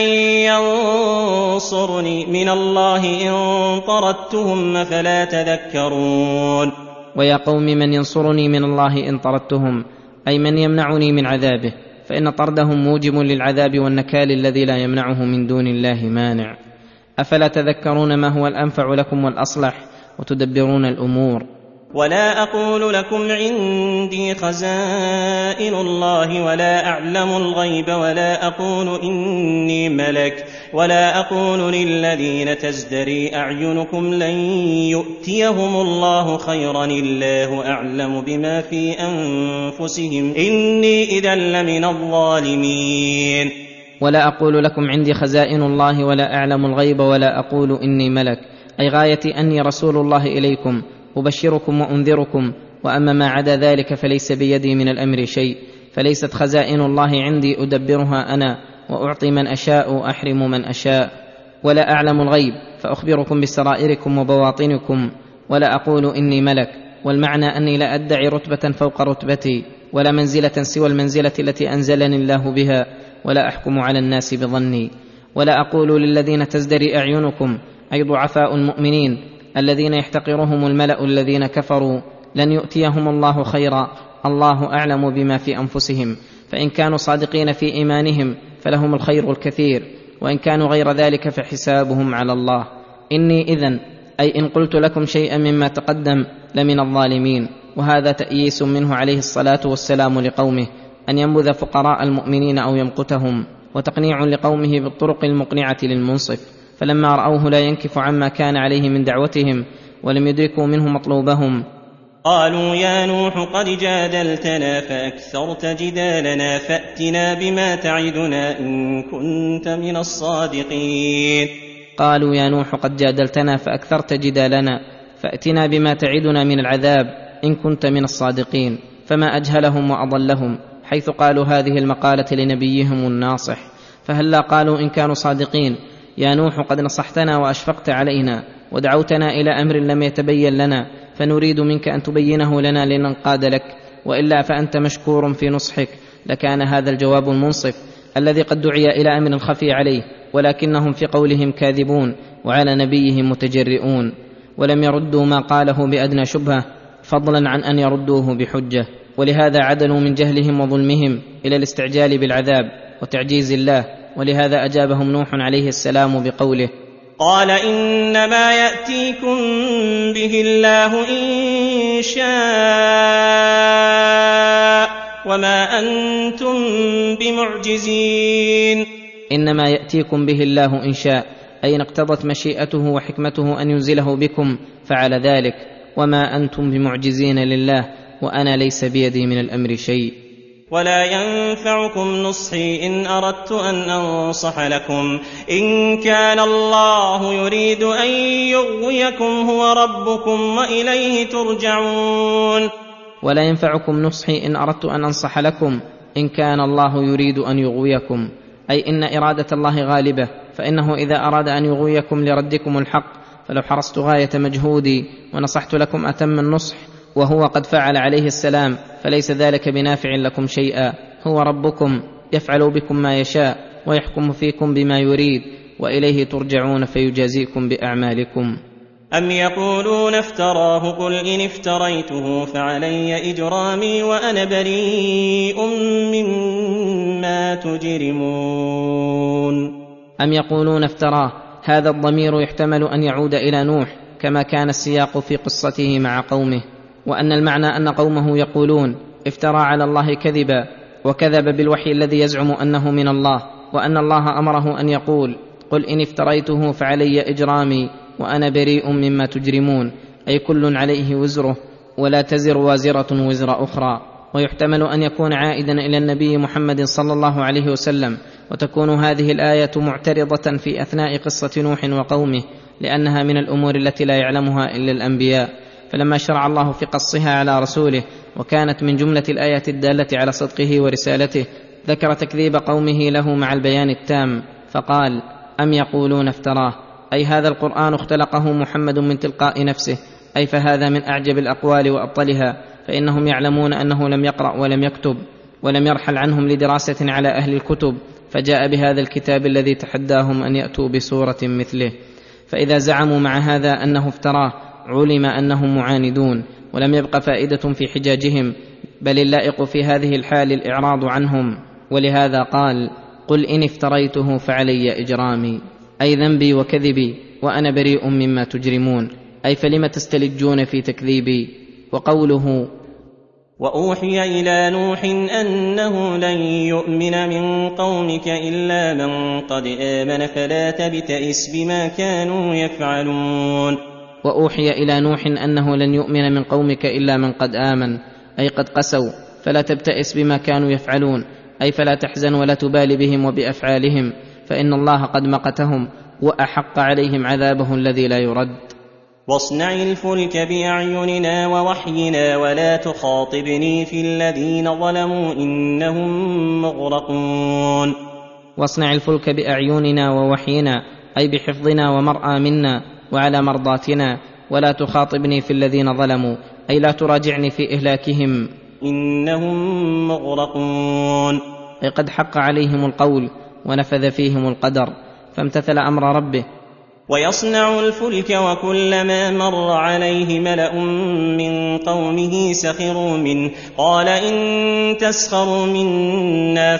B: ينصرني من الله إن طردتهم فلا تذكرون.
C: ويا قوم من ينصرني من الله إن طردتهم، أي من يمنعني من عذابه، فإن طردهم موجب للعذاب والنكال الذي لا يمنعه من دون الله مانع. أفلا تذكرون ما هو الأنفع لكم والأصلح وتدبرون الأمور.
B: ولا أقول لكم عندي خزائن الله ولا أعلم الغيب ولا أقول إني ملك ولا أقول للذين تزدري أعينكم لن يؤتيهم الله خيرا الله أعلم بما في أنفسهم إني إذا لمن الظالمين.
C: ولا أقول لكم عندي خزائن الله ولا أعلم الغيب ولا أقول إني ملك، أي غايتي أني رسول الله إليكم أبشركم وأنذركم، وأما ما عدا ذلك فليس بيدي من الأمر شيء. فليست خزائن الله عندي أدبرها أنا وأعطي من أشاء وأحرم من أشاء. ولا أعلم الغيب فأخبركم بسرائركم وبواطنكم. ولا أقول إني ملك والمعنى أني لا أدعي رتبة فوق رتبتي ولا منزلة سوى المنزلة التي أنزلني الله بها، ولا أحكم على الناس بظني، ولا أقول للذين تزدري أعينكم أي ضعفاء المؤمنين الذين يحتقرهم الملأ الذين كفروا لن يؤتيهم الله خيرا، الله أعلم بما في أنفسهم، فإن كانوا صادقين في إيمانهم فلهم الخير الكثير، وإن كانوا غير ذلك فحسابهم على الله. إني إذن أي إن قلت لكم شيئا مما تقدم لمن الظالمين. وهذا تأييس منه عليه الصلاة والسلام لقومه أن ينبذ فقراء المؤمنين أو يمقتهم، وتقنيع لقومه بالطرق المقنعة للمنصف، فلما رأوه لا ينكف عما كان عليه من دعوتهم ولم يدركوا منه مطلوبهم
B: قالوا يا نوح قد جادلتنا فأكثرت جدالنا فأتنا بما تعدنا إن كنت من الصادقين.
C: قالوا يا نوح قد جادلتنا فأكثرت جدالنا فأتنا بما تعدنا من العذاب إن كنت من الصادقين. فما أجهلهم وأضلهم حيث قالوا هذه المقالة لنبيهم الناصح، فهلا قالوا إن كانوا صادقين يا نوح قد نصحتنا وأشفقت علينا ودعوتنا إلى أمر لم يتبين لنا، فنريد منك أن تبينه لنا لننقاد لك، وإلا فأنت مشكور في نصحك. لكان هذا الجواب المنصف الذي قد دعي إلى أمر خفي عليه، ولكنهم في قولهم كاذبون وعلى نبيهم متجرئون، ولم يردوا ما قاله بأدنى شبهة فضلا عن أن يردوه بحجة، ولهذا عدلوا من جهلهم وظلمهم إلى الاستعجال بالعذاب وتعجيز الله. ولهذا أجابهم نوح عليه السلام بقوله
B: قال إنما يأتيكم به الله إن شاء وما أنتم بمعجزين.
C: إنما يأتيكم به الله إن شاء أي اقتضت مشيئته وحكمته أن ينزله بكم فعل ذلك، وما أنتم بمعجزين لله وأنا ليس بيدي من الأمر شيء.
B: ولا ينفعكم نصحي إن أردت أن أنصح لكم إن كان الله يريد أن يغويكم هو ربكم وإليه ترجعون.
C: ولا ينفعكم نصحي إن أردت أن أنصح لكم إن كان الله يريد أن يغويكم، أي إن إرادة الله غالبة، فإنه إذا أراد أن يغويكم لردكم الحق فلو حرصت غاية مجهودي ونصحت لكم أتم النصح وهو قد فعل عليه السلام فليس ذلك بنافع لكم شيئا. هو ربكم يفعل بكم ما يشاء ويحكم فيكم بما يريد، وإليه ترجعون فيجازيكم بأعمالكم.
B: أم يقولون افتراه قل إن افتريته فعلي إجرامي وأنا بريء مما تجرمون.
C: أم يقولون افتراه، هذا الضمير يحتمل أن يعود إلى نوح كما كان السياق في قصته مع قومه، وأن المعنى أن قومه يقولون افترى على الله كذبا وكذب بالوحي الذي يزعم أنه من الله، وأن الله أمره أن يقول قل إن افتريته فعلي إجرامي وأنا بريء مما تجرمون، أي كل عليه وزره ولا تزر وازرة وزر أخرى. ويحتمل أن يكون عائدا إلى النبي محمد صلى الله عليه وسلم، وتكون هذه الآية معترضة في أثناء قصة نوح وقومه، لأنها من الأمور التي لا يعلمها إلا الأنبياء، فلما شرع الله في قصها على رسوله وكانت من جملة الآيات الدالة على صدقه ورسالته ذكر تكذيب قومه له مع البيان التام، فقال أم يقولون افتراه، أي هذا القرآن اختلقه محمد من تلقاء نفسه، أي فهذا من أعجب الأقوال وأبطلها، فإنهم يعلمون أنه لم يقرأ ولم يكتب ولم يرحل عنهم لدراسة على أهل الكتب، فجاء بهذا الكتاب الذي تحداهم أن يأتوا بسورة مثله. فإذا زعموا مع هذا أنه افتراه علم أنهم معاندون، ولم يبق فائدة في حجاجهم، بل اللائق في هذه الحال الإعراض عنهم. ولهذا قال قل إن افتريته فعلي إجرامي، أي ذنبي وكذبي وأنا بريء مما تجرمون، أي فلم تستلجون في تكذيبي. وقوله
B: وأوحي إلى نوح أنه لن يؤمن من قومك إلا من قد آمن فلا تبتئس بما كانوا يفعلون.
C: وأوحي إلى نوح أنه لن يؤمن من قومك إلا من قد آمن، أي قد قسوا، فلا تبتئس بما كانوا يفعلون، أي فلا تحزن ولا تبال بهم وبأفعالهم، فإن الله قد مقتهم وأحق عليهم عذابه الذي لا يرد.
B: واصنع الفلك بأعيننا ووحينا ولا تخاطبني في الذين ظلموا إنهم مغرقون.
C: واصنع الفلك بأعيننا ووحينا، أي بحفظنا ومرأى منا وعلى مرضاتنا، ولا تخاطبني في الذين ظلموا، أي لا تراجعني في إهلاكهم،
B: إنهم مغرقون.
C: أي قد حق عليهم القول ونفذ فيهم القدر، فامتثل أمر ربه.
B: ويصنع الفلك وكلما مر عليه ملأ من قومه سخروا منه قال إن تسخروا منا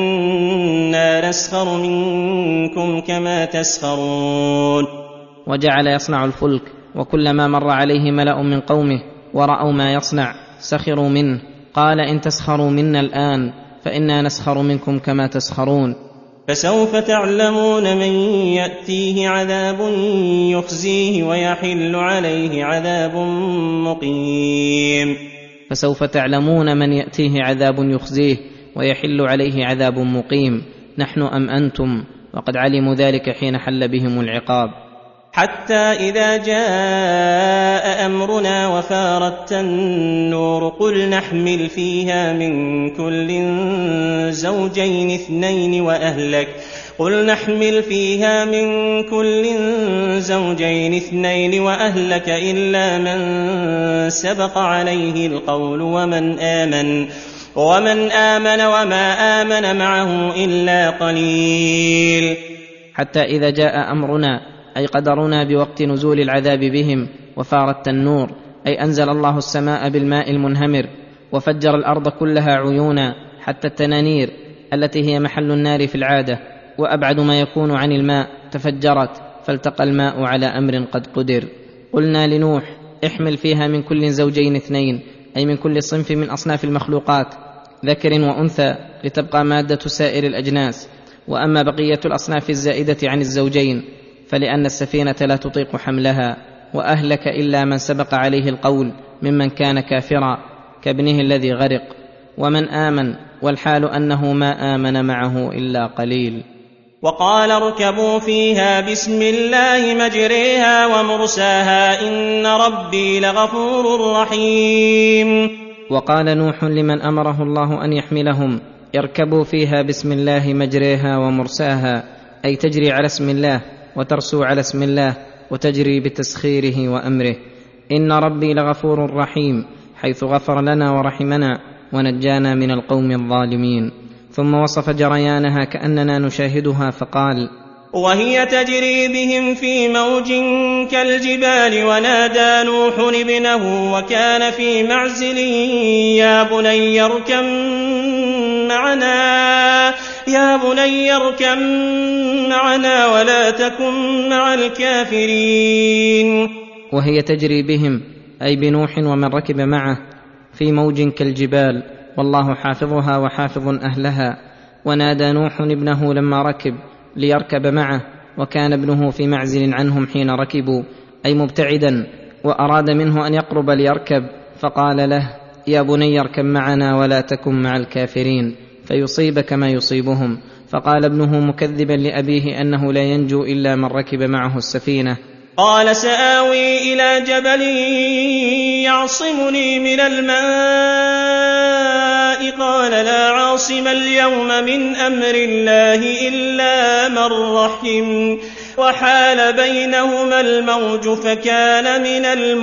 B: فإنا نسخر منكم كما تسخرون.
C: وجعل يصنع الفلك وكلما مر عليه ملأ من قومه ورأوا ما يصنع سخروا منه، قال إن تسخروا منا الآن فإنا نسخر منكم كما تسخرون.
B: فسوف تعلمون من يأتيه عذاب يخزيه ويحل عليه عذاب مقيم.
C: فسوف تعلمون من يأتيه عذاب يخزيه ويحل عليه عذاب مقيم، نحن أم أنتم؟ وقد علموا ذلك حين حل بهم العقاب.
B: حتى إذا جاء أمرنا وفارت النور قل نحمل فيها من كل زوجين اثنين وأهلك قل نحمل فيها من كل زوجين اثنين وأهلك إلا من سبق عليه القول ومن آمن ومن آمن وما آمن معه إلا قليل.
C: حتى إذا جاء أمرنا أي قدرنا بوقت نزول العذاب بهم وفار التنور، أي أنزل الله السماء بالماء المنهمر وفجر الأرض كلها عيونا حتى التنانير التي هي محل النار في العادة وأبعد ما يكون عن الماء تفجرت فالتقى الماء على أمر قد قدر. قلنا لنوح احمل فيها من كل زوجين اثنين، أي من كل صنف من أصناف المخلوقات ذكر وأنثى لتبقى مادة سائر الأجناس. وأما بقية الأصناف الزائدة عن الزوجين فلأن السفينة لا تطيق حملها. وأهلك إلا من سبق عليه القول ممن كان كافرا كابنه الذي غرق، ومن آمن والحال أنه ما آمن معه إلا قليل.
B: وقال اركبوا فيها بسم الله مجريها ومرساها إن ربي لغفور رحيم.
C: وقال نوح لمن أمره الله أن يحملهم اركبوا فيها بسم الله مجريها ومرساها، أي تجري على اسم الله وترسو على اسم الله وتجري بتسخيره وأمره. إن ربي لغفور رحيم، حيث غفر لنا ورحمنا ونجانا من القوم الظالمين. ثم وصف جريانها كأننا نشاهدها فقال
B: وهي تجري بهم في موج كالجبال ونادى نوح ابنه وكان في معزل يا بني اركب معنا يا بني اركب معنا ولا تكن مع الكافرين.
C: وهي تجري بهم أي بنوح ومن ركب معه في موج كالجبال والله حافظها وحافظ أهلها. ونادى نوح ابنه لما ركب ليركب معه وكان ابنه في معزل عنهم حين ركبوا أي مبتعدا، وأراد منه أن يقرب ليركب فقال له يا بني اركب معنا ولا تكن مع الكافرين فيصيبك ما يصيبهم. فقال ابنه مكذبا لأبيه أنه لا ينجو إلا من ركب معه السفينة
B: قال سآوي إلى جبل يعصمني من الماء قال لا عاصم اليوم من أمر الله إلا من رحم وحال بينهما الموج فكان من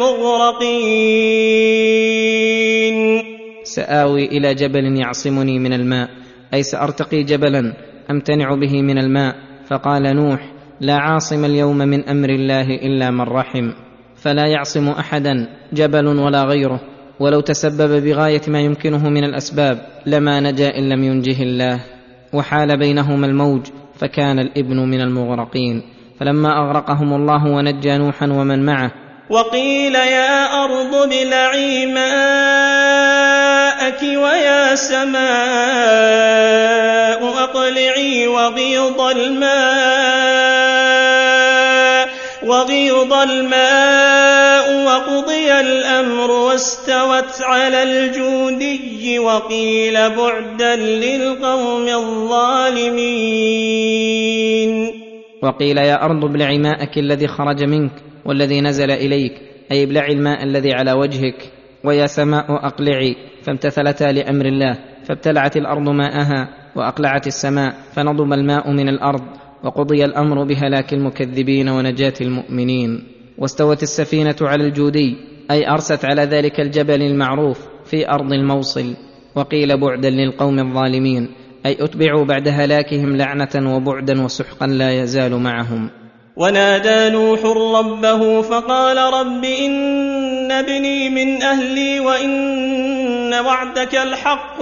B: المغرقين.
C: سآوي إلى جبل يعصمني من الماء أي سأرتقي جبلا أمتنع به من الماء. فقال نوح لا عاصم اليوم من أمر الله إلا من رحم، فلا يعصم أحدا جبل ولا غيره، ولو تسبب بغاية ما يمكنه من الأسباب لما نجا إن لم ينجه الله. وحال بينهما الموج فكان الابن من المغرقين. فلما أغرقهم الله ونجى نوحا ومن معه
B: وقيل يا أرض ابلعي ماءك ويا سماء أقلعي وغيض الماء وغيض الماء وقضي الأمر واستوت على الجودي وقيل بعدا للقوم الظالمين.
C: وقيل يا أرض ابلعي ماءك الذي خرج منك والذي نزل إليك أي ابلعي الماء الذي على وجهك. ويا سماء أقلعي، فامتثلتا لأمر الله فابتلعت الأرض ماءها وأقلعت السماء فنضم الماء من الأرض وقضي الأمر بهلاك المكذبين ونجاة المؤمنين. واستوت السفينة على الجودي أي أرست على ذلك الجبل المعروف في أرض الموصل. وقيل بعدا للقوم الظالمين، أي أتبعوا بعد هلاكهم لعنة وبعدا وسحقا لا يزال معهم.
B: ونادى نوح ربه فقال رب إن ابني من أهلي وإن وعدك الحق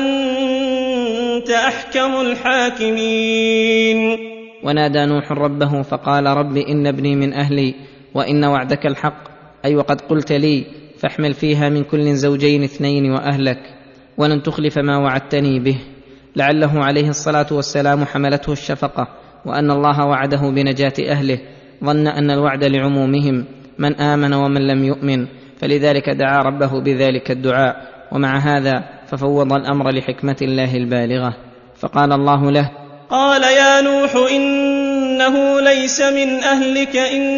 B: وأنت أحكم الحاكمين.
C: ونادى نوح ربه فقال رب إن ابني من أهلي وإن وعدك الحق، أي وقد قلت لي فاحمل فيها من كل زوجين اثنين وأهلك ولن تخلف ما وعدتني به. لعله عليه الصلاة والسلام حملته الشفقة، وأن الله وعده بنجاة أهله، ظن أن الوعد لعمومهم من آمن ومن لم يؤمن، فلذلك دعا ربه بذلك الدعاء. ومع هذا ففوض الأمر لحكمة الله البالغة، فقال الله له:
B: قال يا نوح إنه ليس من أهلك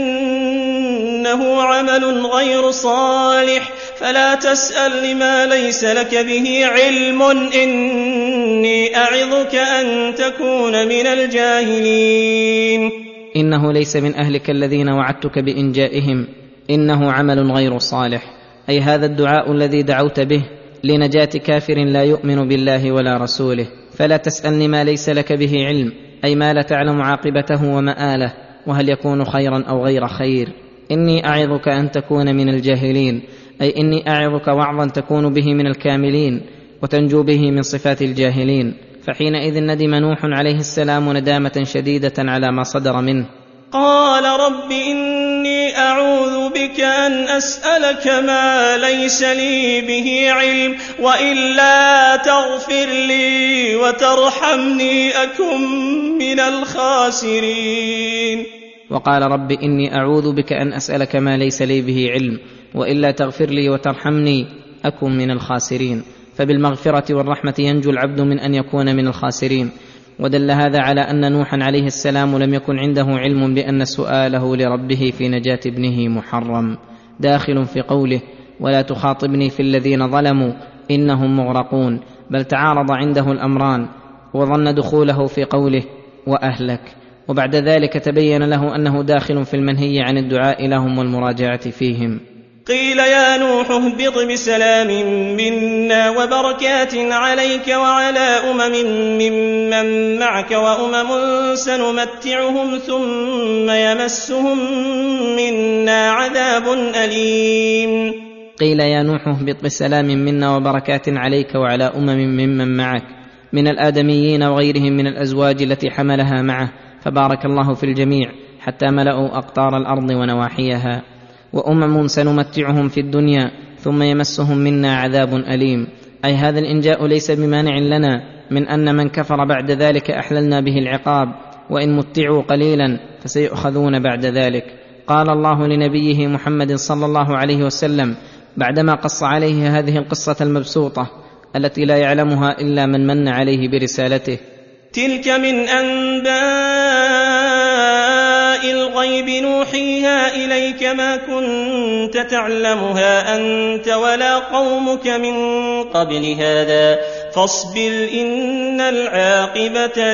B: إنه عمل غير صالح فلا تسأل لما ليس لك به علم إني أعظك أن تكون من الجاهلين.
C: إنه ليس من أهلك الذين وعدتك بإنجائهم، إنه عمل غير صالح، أي هذا الدعاء الذي دعوت به لنجاة كافر لا يؤمن بالله ولا رسوله. فلا تسألني ما ليس لك به علم، أي ما لا تعلم عاقبته ومآله وهل يكون خيرا أو غير خير. إني أعظك أن تكون من الجاهلين، أي إني أعظك وعظا تكون به من الكاملين وتنجو به من صفات الجاهلين. فحينئذ ندم نوح عليه السلام ندامة شديدة على ما صدر منه.
B: قال رب إني أعوذ بك أن أسألك ما ليس لي به علم وإلا تغفر لي وترحمني أكن من الخاسرين.
C: وقال رب إني أعوذ بك أن أسألك ما ليس لي به علم وإلا تغفر لي وترحمني أكن من الخاسرين. فبالمغفرة والرحمة ينجو العبد من أن يكون من الخاسرين. ودل هذا على أن نوحا عليه السلام لم يكن عنده علم بأن سؤاله لربه في نجاة ابنه محرم، داخل في قوله: ولا تخاطبني في الذين ظلموا إنهم مغرقون، بل تعارض عنده الأمران وظن دخوله في قوله وأهلك، وبعد ذلك تبين له أنه داخل في المنهي عن الدعاء لهم والمراجعة فيهم.
B: قيل يا نوح اهبط بسلام منا وبركات عليك وعلى أمم ممن معك وأمم سنمتعهم ثم يمسهم منا عذاب أليم.
C: قيل يا نوح اهبط بسلام منا وبركات عليك وعلى أمم ممن معك من الآدميين وغيرهم من الأزواج التي حملها معه، فبارك الله في الجميع حتى ملأوا أقطار الأرض ونواحيها. وأمم سنمتعهم في الدنيا ثم يمسهم منا عذاب أليم، أي هذا الإنجاء ليس بمانع لنا من أن من كفر بعد ذلك أحللنا به العقاب، وإن متعوا قليلا فسيؤخذون بعد ذلك. قال الله لنبيه محمد صلى الله عليه وسلم بعدما قص عليه هذه القصة المبسوطة التي لا يعلمها إلا من من عليه برسالته:
B: تلك من أنباء الغيب نوحيها إليك ما كنت تعلمها أنت ولا قومك من قبل هذا فاصبر إن العاقبة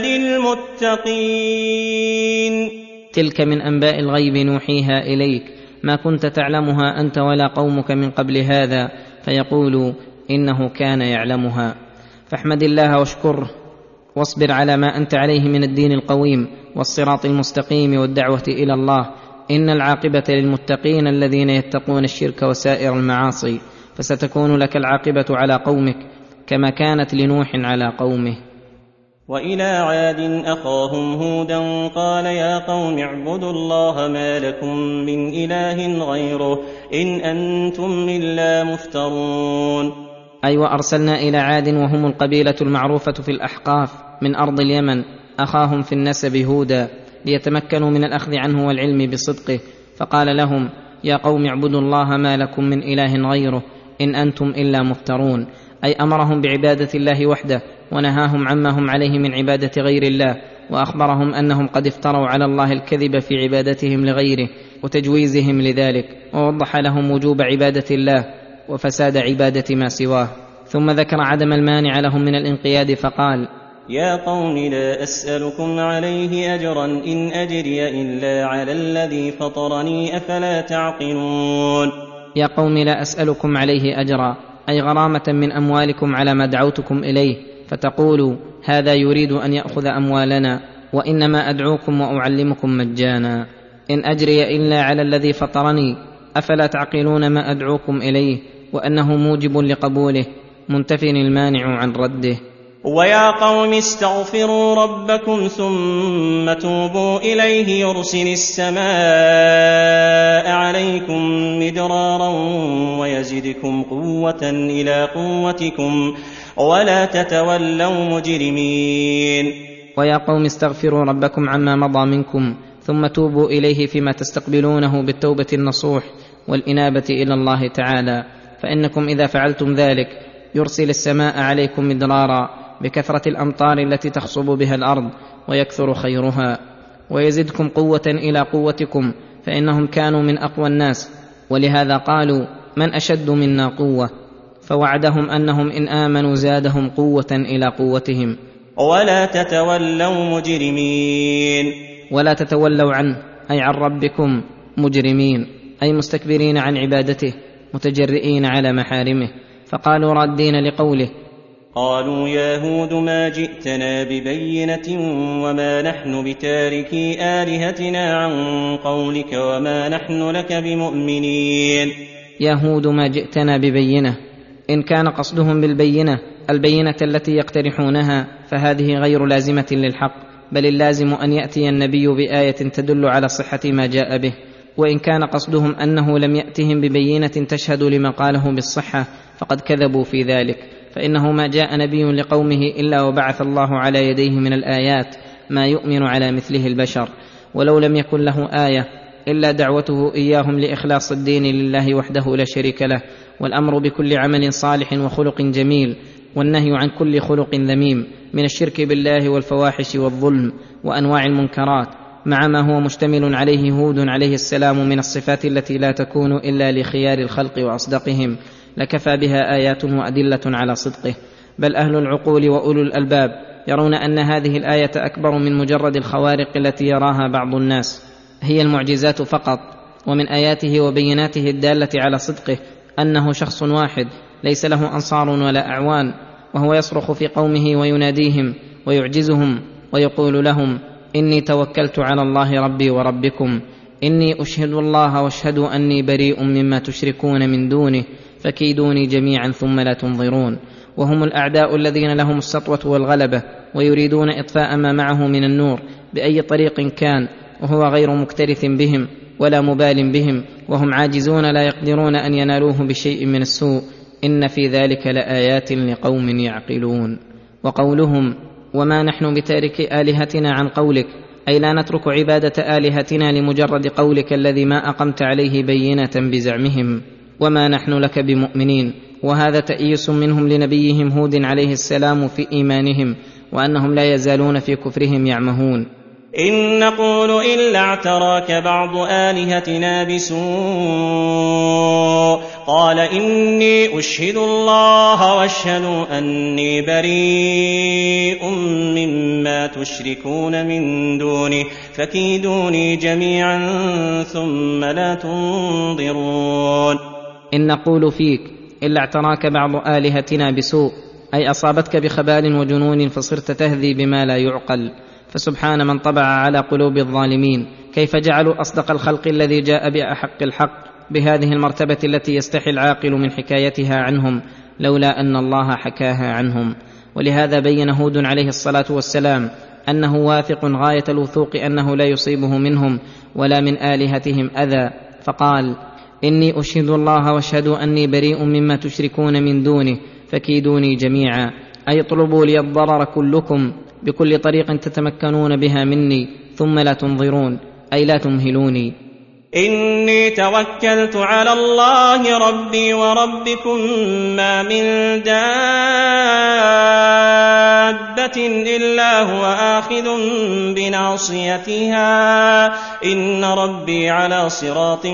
B: للمتقين.
C: تلك من أنباء الغيب نوحيها إليك ما كنت تعلمها أنت ولا قومك من قبل هذا، فيقول إنه كان يعلمها. فاحمد الله واشكره واصبر على ما أنت عليه من الدين القويم والصراط المستقيم والدعوة إلى الله. إن العاقبة للمتقين الذين يتقون الشرك وسائر المعاصي، فستكون لك العاقبة على قومك كما كانت لنوح على قومه.
B: وإلى عاد أخاهم هودا قال يا قوم اعبدوا الله ما لكم من إله غيره إن أنتم إلا مفترون.
C: أي وأرسلنا إلى عاد وهم القبيلة المعروفة في الأحقاف من أرض اليمن أخاهم في النسب هودا ليتمكنوا من الأخذ عنه والعلم بصدقه، فقال لهم يا قوم اعبدوا الله ما لكم من إله غيره إن أنتم إلا مفترون، أي أمرهم بعبادة الله وحده ونهاهم عما هم عليه من عبادة غير الله، وأخبرهم أنهم قد افتروا على الله الكذب في عبادتهم لغيره وتجويزهم لذلك، ووضح لهم وجوب عبادة الله وفساد عبادة ما سواه. ثم ذكر عدم المانع لهم من الانقياد فقال
B: يا قوم لا أسألكم عليه أجرا إن أجري إلا على الذي فطرني أفلا تعقلون.
C: يا قوم لا أسألكم عليه أجرا، أي غرامة من أموالكم على ما دعوتكم إليه، فتقولوا هذا يريد أن يأخذ أموالنا، وإنما أدعوكم وأعلمكم مجانا، إن أجري إلا على الذي فطرني، أفلا تعقلون ما أدعوكم إليه، وأنه موجب لقبوله منتف المانع عن رده.
B: ويا قوم استغفروا ربكم ثم توبوا إليه يرسل السماء عليكم مدرارا ويزدكم قوة إلى قوتكم ولا تتولوا مجرمين.
C: ويا قوم استغفروا ربكم عما مضى منكم ثم توبوا إليه فيما تستقبلونه بالتوبة النصوح والإنابة إلى الله تعالى، فإنكم إذا فعلتم ذلك يرسل السماء عليكم مدرارا بكثرة الأمطار التي تخصب بها الأرض ويكثر خيرها، ويزدكم قوة إلى قوتكم، فإنهم كانوا من أقوى الناس، ولهذا قالوا من أشد منا قوة، فوعدهم أنهم إن آمنوا زادهم قوة إلى قوتهم.
B: ولا تتولوا مجرمين.
C: ولا تتولوا عنه أي عن ربكم مجرمين، أي مستكبرين عن عبادته متجرئين على محارمه. فقالوا رادين لقوله
B: قالوا يا هود ما جئتنا ببينة وما نحن بتاركي آلهتنا عن قولك وما نحن لك بمؤمنين.
C: يا هود ما جئتنا ببينة، إن كان قصدهم بالبينة البينة التي يقترحونها فهذه غير لازمة للحق، بل اللازم أن يأتي النبي بآية تدل على صحة ما جاء به. وإن كان قصدهم أنه لم يأتهم ببينة تشهد لما قاله بالصحة فقد كذبوا في ذلك، فإنه ما جاء نبي لقومه إلا وبعث الله على يديه من الآيات ما يؤمن على مثله البشر، ولو لم يكن له آية إلا دعوته إياهم لإخلاص الدين لله وحده لا شريك له، والأمر بكل عمل صالح وخلق جميل، والنهي عن كل خلق ذميم من الشرك بالله والفواحش والظلم وأنواع المنكرات، مع ما هو مشتمل عليه هود عليه السلام من الصفات التي لا تكون إلا لخيار الخلق وأصدقهم، لكفى بها آيات وأدلة على صدقه. بل أهل العقول وأولو الألباب يرون أن هذه الآية أكبر من مجرد الخوارق التي يراها بعض الناس، هي المعجزات فقط. ومن آياته وبيناته الدالة على صدقه أنه شخص واحد ليس له أنصار ولا أعوان، وهو يصرخ في قومه ويناديهم ويعجزهم ويقول لهم إني توكلت على الله ربي وربكم، إني أشهد الله واشهدوا أني بريء مما تشركون من دونه فكيدوني جميعا ثم لا تنظرون. وهم الأعداء الذين لهم السطوة والغلبة، ويريدون إطفاء ما معه من النور بأي طريق كان، وهو غير مكترث بهم ولا مبال بهم، وهم عاجزون لا يقدرون أن ينالوه بشيء من السوء. إن في ذلك لآيات لقوم يعقلون. وقولهم وما نحن بتارك آلهتنا عن قولك، أي لا نترك عبادة آلهتنا لمجرد قولك الذي ما أقمت عليه بينة بزعمهم، وما نحن لك بمؤمنين. وهذا تأييس منهم لنبيهم هود عليه السلام في إيمانهم، وأنهم لا يزالون في كفرهم يعمهون.
B: إن نقول إلا اعتراك بعض آلهتنا بسوء قال إني أشهد الله واشهدوا أني بريء مما تشركون من دونه فكيدوني جميعا ثم لا تنظرون.
C: إن نقول فيك إلا اعتراك بعض آلهتنا بسوء، أي أصابتك بخبال وجنون فصرت تهذي بما لا يعقل. فسبحان من طبع على قلوب الظالمين، كيف جعلوا أصدق الخلق الذي جاء بأحق الحق بهذه المرتبة التي يستحي العاقل من حكايتها عنهم لولا أن الله حكاها عنهم. ولهذا بين هود عليه الصلاة والسلام أنه واثق غاية الوثوق أنه لا يصيبه منهم ولا من آلهتهم أذى، فقال إني أشهد الله واشهدوا أني بريء مما تشركون من دونه فكيدوني جميعا، أي اطلبوا لي الضرر كلكم بكل طريق تتمكنون بها مني ثم لا تنظرون، أي لا تمهلوني.
B: إني توكلت على الله ربي وربكم ما من دابة إلا هو آخذ بناصيتها إن ربي على صراط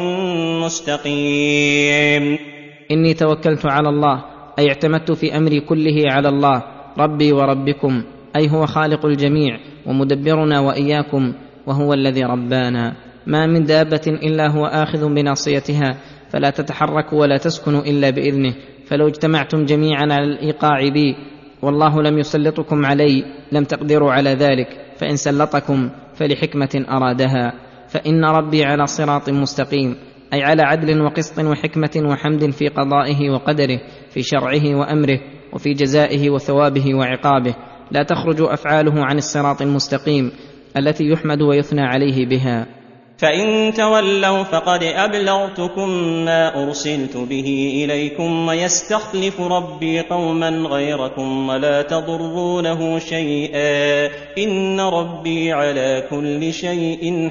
B: مستقيم.
C: إني توكلت على الله، أي اعتمدت في أمري كله على الله ربي وربكم، أي هو خالق الجميع ومدبرنا وإياكم، وهو الذي ربانا. ما من دابة إلا هو آخذ بناصيتها، فلا تتحركوا ولا تسكنوا إلا بإذنه، فلو اجتمعتم جميعا على الإيقاع بي والله لم يسلطكم علي لم تقدروا على ذلك، فإن سلطكم فلحكمة أرادها. فإن ربي على صراط مستقيم، أي على عدل وقسط وحكمة وحمد في قضائه وقدره، في شرعه وأمره، وفي جزائه وثوابه وعقابه، لا تخرج أفعاله عن الصراط المستقيم التي يحمد ويثنى عليه بها.
B: فإن تولوا فقد أبلغتكم ما أرسلت به إليكم، ويستخلف ربي قوما غيركم ولا تضرونه شيئا، إن ربي على كل شيء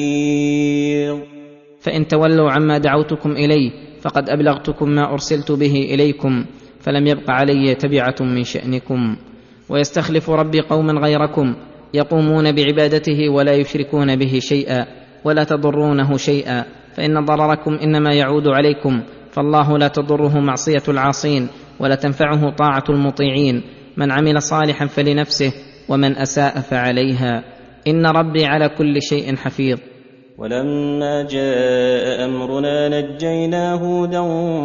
B: حفيظ.
C: فإن تولوا عما دعوتكم إليه فقد أبلغتكم ما أرسلت به إليكم، فلم يبق علي تبعة من شأنكم. ويستخلف ربي قوما غيركم يقومون بعبادته ولا يشركون به شيئا ولا تضرونه شيئا، فإن ضرركم إنما يعود عليكم، فالله لا تضره معصية العاصين ولا تنفعه طاعة المطيعين. من عمل صالحا فلنفسه ومن أساء فعليها، إن ربي على كل شيء حفيظ.
B: ولما جاء أمرنا نجينا هودا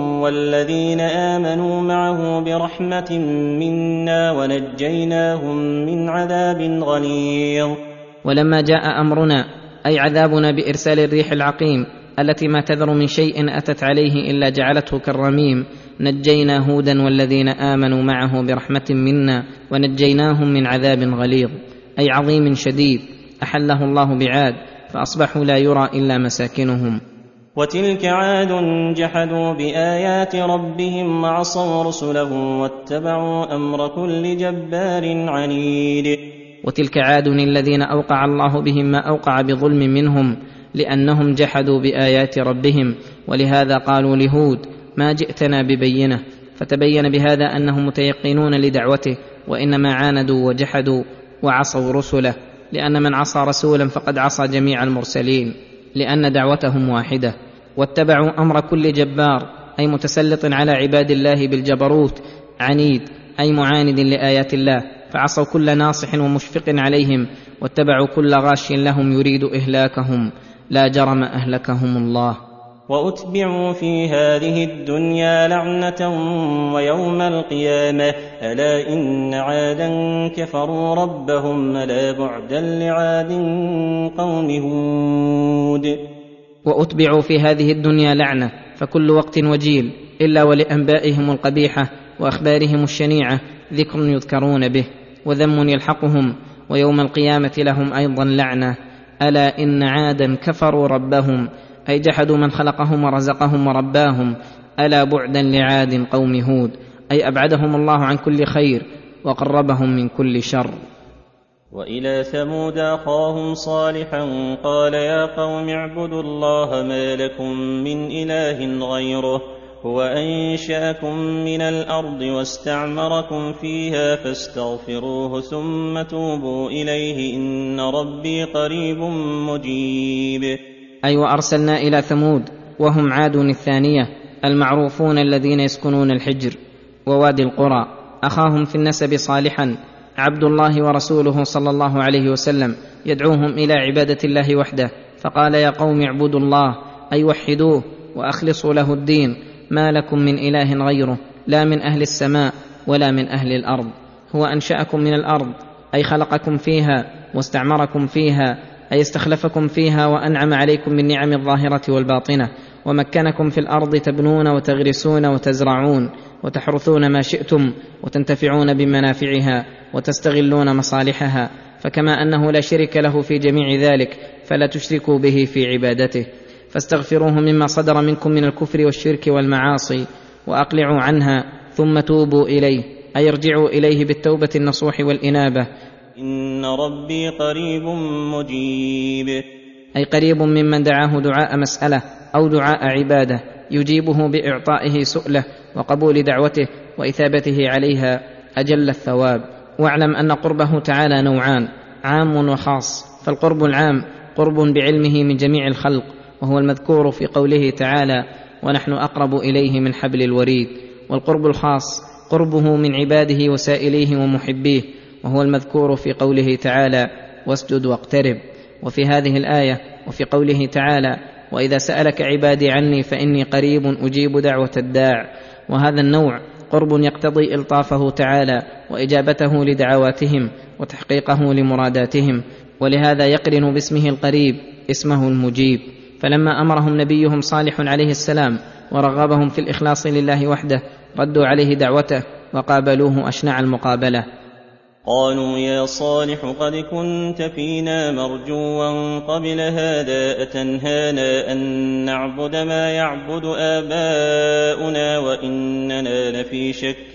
B: والذين آمنوا معه برحمة منا ونجيناهم من عذاب غليظ.
C: ولما جاء أمرنا أي عذابنا بإرسال الريح العقيم التي ما تذر من شيء أتت عليه إلا جعلته كالرميم، نجينا هودا والذين آمنوا معه برحمة منا ونجيناهم من عذاب غليظ، أي عظيم شديد أحله الله بعاد فأصبحوا لا يرى إلا مساكنهم.
B: وتلك عاد جحدوا بآيات ربهم وعصوا رسله واتبعوا أمر كل جبار عنيد.
C: وتلك عاد الذين أوقع الله بهم ما أوقع بظلم منهم، لأنهم جحدوا بآيات ربهم، ولهذا قالوا لهود ما جئتنا ببينة، فتبين بهذا أنهم متيقنون لدعوته، وإنما عاندوا وجحدوا وعصوا رسله، لأن من عصى رسولا فقد عصى جميع المرسلين، لأن دعوتهم واحدة. واتبعوا أمر كل جبار أي متسلط على عباد الله بالجبروت، عنيد أي معاند لآيات الله، فعصوا كل ناصح ومشفق عليهم، واتبعوا كل غاش لهم يريد إهلاكهم، لا جرم أهلكهم الله.
B: وأتبعوا في هذه الدنيا لعنة ويوم القيامة، ألا إن عادا كفروا ربهم، ألا بعدا لعاد قوم هود.
C: وأتبعوا في هذه الدنيا لعنة، فكل وقت وجيل إلا ولأنبائهم القبيحة وأخبارهم الشنيعة ذكر يذكرون به وذم يلحقهم، ويوم القيامة لهم أيضا لعنة. ألا إن عادا كفروا ربهم أي جحدوا من خلقهم ورزقهم ورباهم، ألا بعدا لعاد قوم هود أي أبعدهم الله عن كل خير وقربهم من كل شر.
B: وإلى ثمود أخاهم صالحا قال يا قوم اعبدوا الله ما لكم من إله غيره، هو أنشأكم من الأرض واستعمركم فيها فاستغفروه ثم توبوا إليه إن ربي قريب مجيب.
C: أي وأرسلنا إلى ثمود وهم عاد الثانية المعروفون الذين يسكنون الحجر ووادي القرى، أخاهم في النسب صالحا عبد الله ورسوله صلى الله عليه وسلم، يدعوهم إلى عبادة الله وحده، فقال يا قوم اعبدوا الله أي وحدوه وأخلصوا له الدين، ما لكم من إله غيره، لا من أهل السماء ولا من أهل الأرض. هو أنشأكم من الأرض أي خلقكم فيها واستعمركم فيها أي استخلفكم فيها وأنعم عليكم بالنعم الظاهرة والباطنة، ومكنكم في الأرض تبنون وتغرسون وتزرعون وتحرثون ما شئتم وتنتفعون بمنافعها وتستغلون مصالحها، فكما أنه لا شريك له في جميع ذلك فلا تشركوا به في عبادته، فاستغفروه مما صدر منكم من الكفر والشرك والمعاصي وأقلعوا عنها ثم توبوا إليه أي ارجعوا إليه بالتوبة النصوح والإنابة،
B: إن ربي قريب مجيب
C: أي قريب ممن دعاه دعاء مسألة أو دعاء عبادة، يجيبه بإعطائه سؤله وقبول دعوته وإثابته عليها أجل الثواب. واعلم أن قربه تعالى نوعان، عام وخاص، فالقرب العام قرب بعلمه من جميع الخلق، وهو المذكور في قوله تعالى ونحن أقرب إليه من حبل الوريد، والقرب الخاص قربه من عباده وسائليه ومحبيه، وهو المذكور في قوله تعالى واسجد واقترب. وفي هذه الآية وفي قوله تعالى واذا سالك عبادي عني فاني قريب اجيب دعوه الداع. وهذا النوع قرب يقتضي الطافه تعالى واجابته لدعواتهم وتحقيقه لمراداتهم، ولهذا يقرن باسمه القريب اسمه المجيب. فلما امرهم نبيهم صالح عليه السلام ورغبهم في الاخلاص لله وحده ردوا عليه دعوته وقابلوه اشنع المقابله.
B: قالوا يا صالح قد كنت فينا مرجوا قبل هذا أتنهانا أن نعبد ما يعبد آباؤنا وإننا لفي شك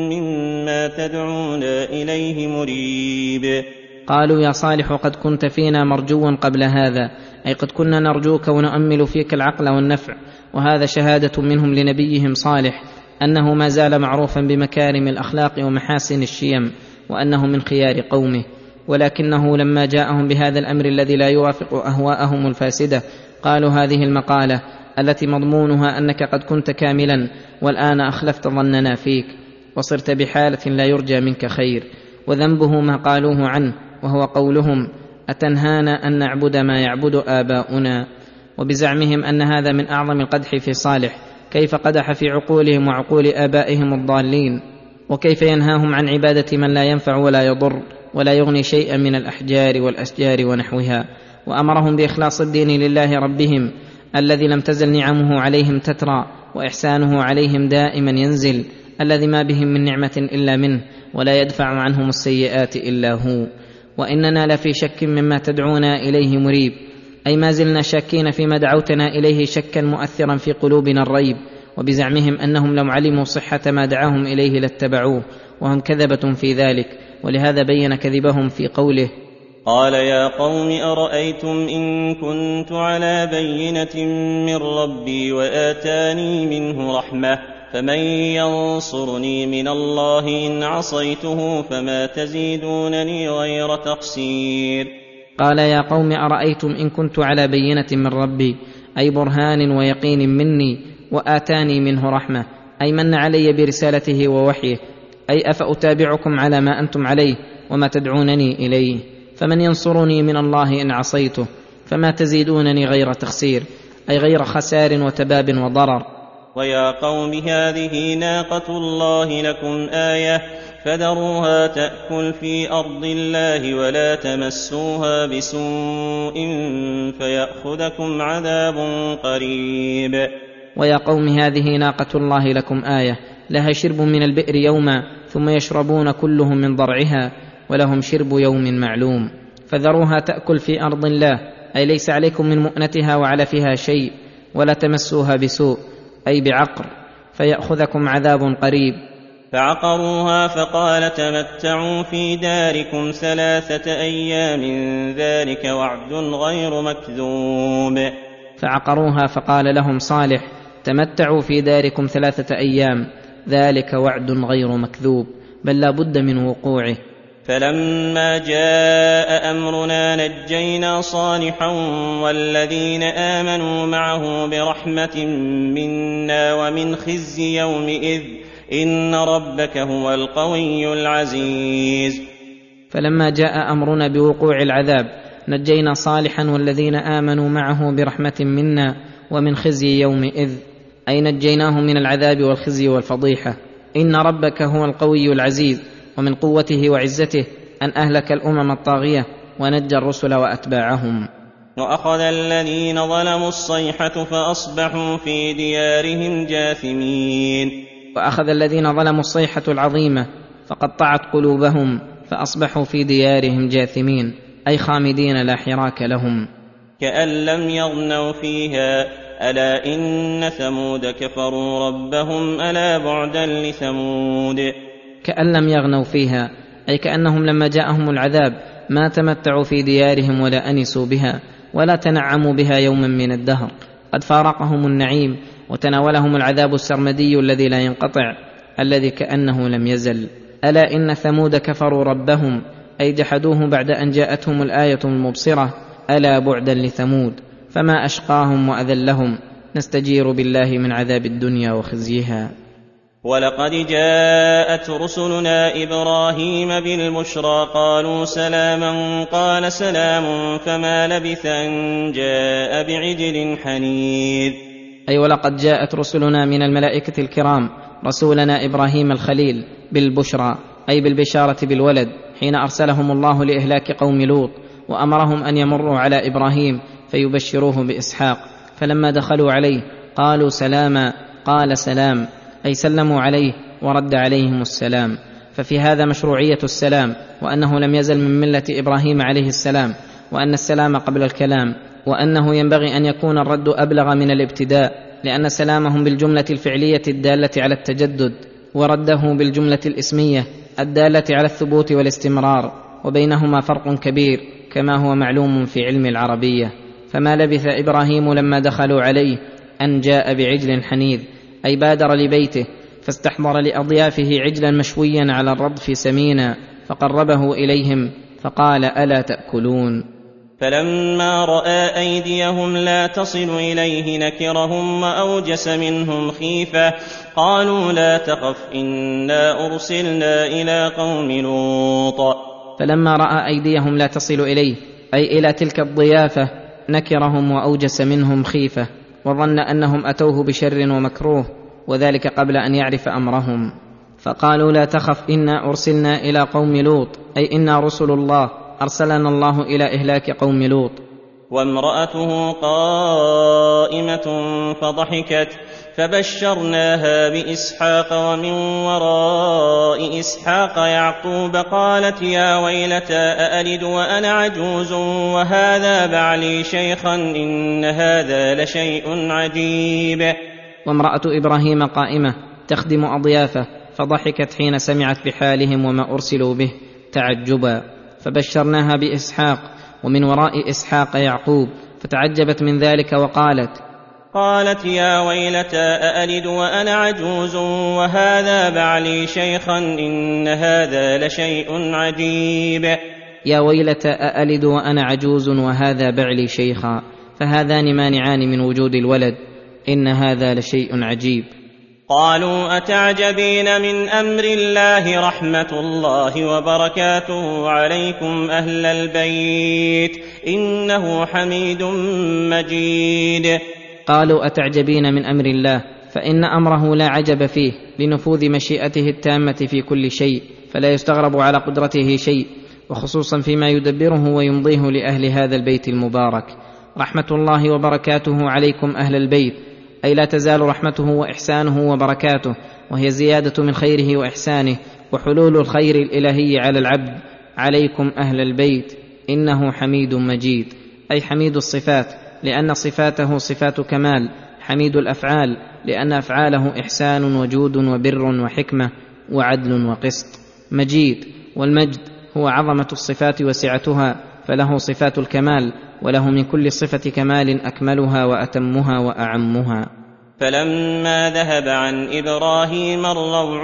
B: مما تدعونا إليه مريب.
C: قالوا يا صالح قد كنت فينا مرجوا قبل هذا، أي قد كنا نرجوك ونؤمل فيك العقل والنفع. وهذا شهادة منهم لنبيهم صالح أنه ما زال معروفا بمكارم الأخلاق ومحاسن الشيم، وأنه من خيار قومه. ولكنه لما جاءهم بهذا الأمر الذي لا يوافق أهواءهم الفاسدة قالوا هذه المقالة التي مضمونها أنك قد كنت كاملا والآن أخلفت ظننا فيك وصرت بحالة لا يرجى منك خير. وذنبه ما قالوه عنه، وهو قولهم أتنهانا أن نعبد ما يعبد آباؤنا، وبزعمهم أن هذا من أعظم القدح في صالح. كيف قدح في عقولهم وعقول آبائهم الضالين، وكيف ينهاهم عن عبادة من لا ينفع ولا يضر ولا يغني شيئا من الأحجار والأشجار ونحوها. وأمرهم بإخلاص الدين لله ربهم الذي لم تزل نعمه عليهم تترى وإحسانه عليهم دائما ينزل، الذي ما بهم من نعمة إلا منه ولا يدفع عنهم السيئات إلا هو. وإننا لفي شك مما تدعونا إليه مريب، أي ما زلنا شاكين فيما دعوتنا إليه شكا مؤثرا في قلوبنا الريب. وبزعمهم أنهم لو علموا صحة ما دعاهم إليه لاتبعوه، وهم كذبة في ذلك. ولهذا بين كذبهم في قوله
B: قال يا قوم أرأيتم إن كنت على بينة من ربي وآتاني منه رحمة فمن ينصرني من الله إن عصيته فما تزيدونني غير تقصير.
C: قال يا قوم أرأيتم إن كنت على بينة من ربي، أي برهان ويقين مني، وآتاني منه رحمة، أي من علي برسالته ووحيه، أي أفأتابعكم على ما أنتم عليه وما تدعونني إليه، فمن ينصرني من الله إن عصيته فما تزيدونني غير تخسير، أي غير خسار وتباب وضرر.
B: ويا قوم هذه ناقة الله لكم آية فذروها تأكل في أرض الله ولا تمسوها بسوء فيأخذكم عذاب قريب.
C: ويا قوم هذه ناقة الله لكم آية، لها شرب من البئر يوما ثم يشربون كلهم من ضرعها ولهم شرب يوم معلوم. فذروها تأكل في أرض الله، أي ليس عليكم من مؤنتها وعلفها شيء، ولا تمسوها بسوء أي بعقر فيأخذكم عذاب قريب.
B: فعقروها فقال تمتعوا في داركم ثلاثة أيام ذلك وعد غير مكذوب.
C: فعقروها فقال لهم صالح تمتعوا في داركم ثلاثة أيام ذلك وعد غير مكذوب، بل لا بد من وقوعه.
B: فلما جاء أمرنا نجينا صالحا والذين آمنوا معه برحمة منا ومن خزي يومئذ إن ربك هو القوي العزيز.
C: فلما جاء أمرنا بوقوع العذاب نجينا صالحا والذين آمنوا معه برحمة منا ومن خزي يومئذ، أي نجيناه من العذاب والخزي والفضيحة. إن ربك هو القوي العزيز، ومن قوته وعزته أن أهلك الأمم الطاغية ونجى الرسل وأتباعهم.
B: وأخذ الذين ظلموا الصيحة فأصبحوا في ديارهم جاثمين.
C: وأخذ الذين ظلموا الصيحة العظيمة فقطعت قلوبهم فأصبحوا في ديارهم جاثمين، أي خامدين لا حراك لهم.
B: كأن لم يغنوا فيها ألا إن ثمود كفروا ربهم ألا بعدا لثمود.
C: كأن لم يغنوا فيها، أي كأنهم لما جاءهم العذاب ما تمتعوا في ديارهم ولا أنسوا بها ولا تنعموا بها يوما من الدهر، قد فارقهم النعيم وتناولهم العذاب السرمدي الذي لا ينقطع الذي كأنه لم يزل. ألا إن ثمود كفروا ربهم، أي جحدوه بعد أن جاءتهم الآية المبصرة، ألا بعدا لثمود، فما أشقاهم وأذلهم، نستجير بالله من عذاب الدنيا وخزيها.
B: ولقد جاءت رسلنا إبراهيم بالبشرى قالوا سلاما قال سلام فما لبث أن جاء بعجل حنيذ.
C: أي ولقد جاءت رسلنا من الملائكة الكرام رسولنا إبراهيم الخليل بالبشرى، أي بالبشارة بالولد، حين أرسلهم الله لإهلاك قوم لوط وأمرهم أن يمروا على إبراهيم فيبشروه بإسحاق. فلما دخلوا عليه قالوا سلاما قال سلام، أي سلموا عليه ورد عليهم السلام. ففي هذا مشروعية السلام، وأنه لم يزل من ملة إبراهيم عليه السلام، وأن السلام قبل الكلام، وأنه ينبغي أن يكون الرد أبلغ من الابتداء، لأن سلامهم بالجملة الفعلية الدالة على التجدد، ورده بالجملة الإسمية الدالة على الثبوت والاستمرار، وبينهما فرق كبير كما هو معلوم في علم العربية. فما لبث إبراهيم لما دخلوا عليه أن جاء بعجل حنيذ، أي بادر لبيته فاستحضر لأضيافه عجلا مشويا على الردف سمينا فقربه إليهم فقال ألا تأكلون.
B: فلما رأى أيديهم لا تصل إليه نكرهم وأوجس منهم خيفة قالوا لا تخف إنا أرسلنا إلى قوم لوط.
C: فلما رأى أيديهم لا تصل إليه، أي إلى تلك الضيافة، نكرهم وأوجس منهم خيفة، وظن أنهم أتوه بشر ومكروه، وذلك قبل أن يعرف أمرهم. فقالوا لا تخف إنا أرسلنا إلى قوم لوط، أي إنا رسل الله أرسلنا الله إلى إهلاك قوم لوط.
B: وامرأته قائمة فضحكت فبشرناها بإسحاق ومن وراء إسحاق يعقوب قالت يا ويلتى أألد وأنا عجوز وهذا بعلي شيخا إن هذا لشيء عجيب.
C: وامرأة إبراهيم قائمة تخدم أضيافه فضحكت حين سمعت بحالهم وما أرسلوا به تعجبا، فبشرناها بإسحاق ومن وراء إسحاق يعقوب، فتعجبت من ذلك وقالت
B: قالت يا ويلتى أألد وأنا عجوز وهذا بعلي شيخا إن هذا لشيء عجيب.
C: يا ويلتى أألد وأنا عجوز وهذا بعلي شيخا، فهذان مانعان من وجود الولد، إن هذا لشيء عجيب.
B: قالوا أتعجبين من أمر الله رحمة الله وبركاته عليكم أهل البيت إنه حميد مجيد.
C: قالوا أتعجبين من أمر الله، فإن أمره لا عجب فيه لنفوذ مشيئته التامة في كل شيء، فلا يستغرب على قدرته شيء، وخصوصا فيما يدبره ويمضيه لأهل هذا البيت المبارك. رحمة الله وبركاته عليكم أهل البيت، أي لا تزال رحمته وإحسانه وبركاته، وهي زيادة من خيره وإحسانه وحلول الخير الإلهي على العبد. عليكم أهل البيت إنه حميد مجيد، أي حميد الصفات لأن صفاته صفات كمال، حميد الأفعال لأن أفعاله إحسان وجود وبر وحكمة وعدل وقسط. مجيد، والمجد هو عظمة الصفات وسعتها، فله صفات الكمال، وله من كل صفة كمال أكملها وأتمها وأعمها.
B: فلما ذهب عن إبراهيم الروع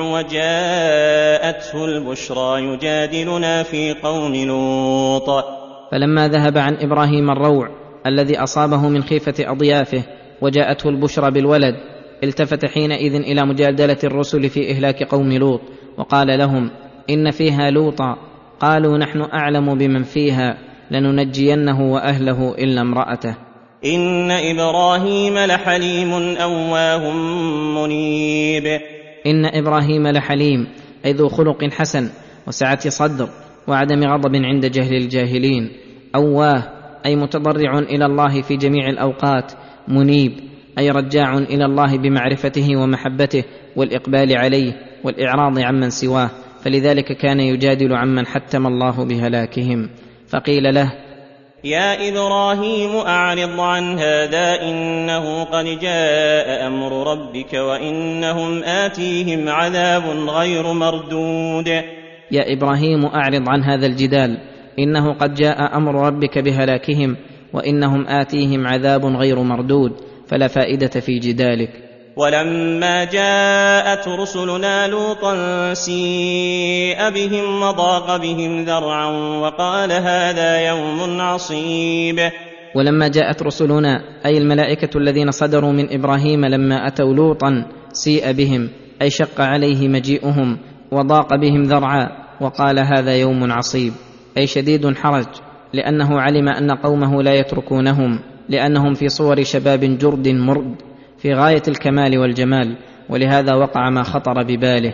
B: وجاءته البشرى يجادلنا في قوم لوط.
C: فلما ذهب عن إبراهيم الروع الذي أصابه من خيفة أضيافه وجاءته البشرى بالولد، التفت حينئذ إلى مجادلة الرسل في إهلاك قوم لوط، وقال لهم إن فيها لوطا. قالوا نحن أعلم بمن فيها لننجينه وأهله إلا امرأته.
B: إن إبراهيم لحليم أواه منيب.
C: إن إبراهيم لحليم، أي ذو خلق حسن وسعة صدر وعدم غضب عند جهل الجاهلين. أواه، أي متضرع إلى الله في جميع الأوقات. منيب، أي رجاع إلى الله بمعرفته ومحبته والإقبال عليه والإعراض عمن سواه، فلذلك كان يجادل عمن حتم الله بهلاكهم. فقيل له
B: يا إبراهيم أعرض عن هذا إنه قد جاء أمر ربك وإنهم آتيهم عذاب غير مردود.
C: يا إبراهيم أعرض عن هذا الجدال، إنه قد جاء أمر ربك بهلاكهم وإنهم آتيهم عذاب غير مردود، فلا فائدة في جدالك.
B: ولما جاءت رسلنا لوطا سيء بهم وضاق بهم ذرعا وقال هذا يوم عصيب.
C: ولما جاءت رسلنا، أي الملائكة الذين صدروا من إبراهيم لما أتوا لوطا، سيء بهم، أي شق عليه مجيئهم وضاق بهم ذرعا، وقال هذا يوم عصيب أي شديد حرج، لأنه علم أن قومه لا يتركونهم، لأنهم في صور شباب جرد مرد في غاية الكمال والجمال، ولهذا وقع ما خطر بباله.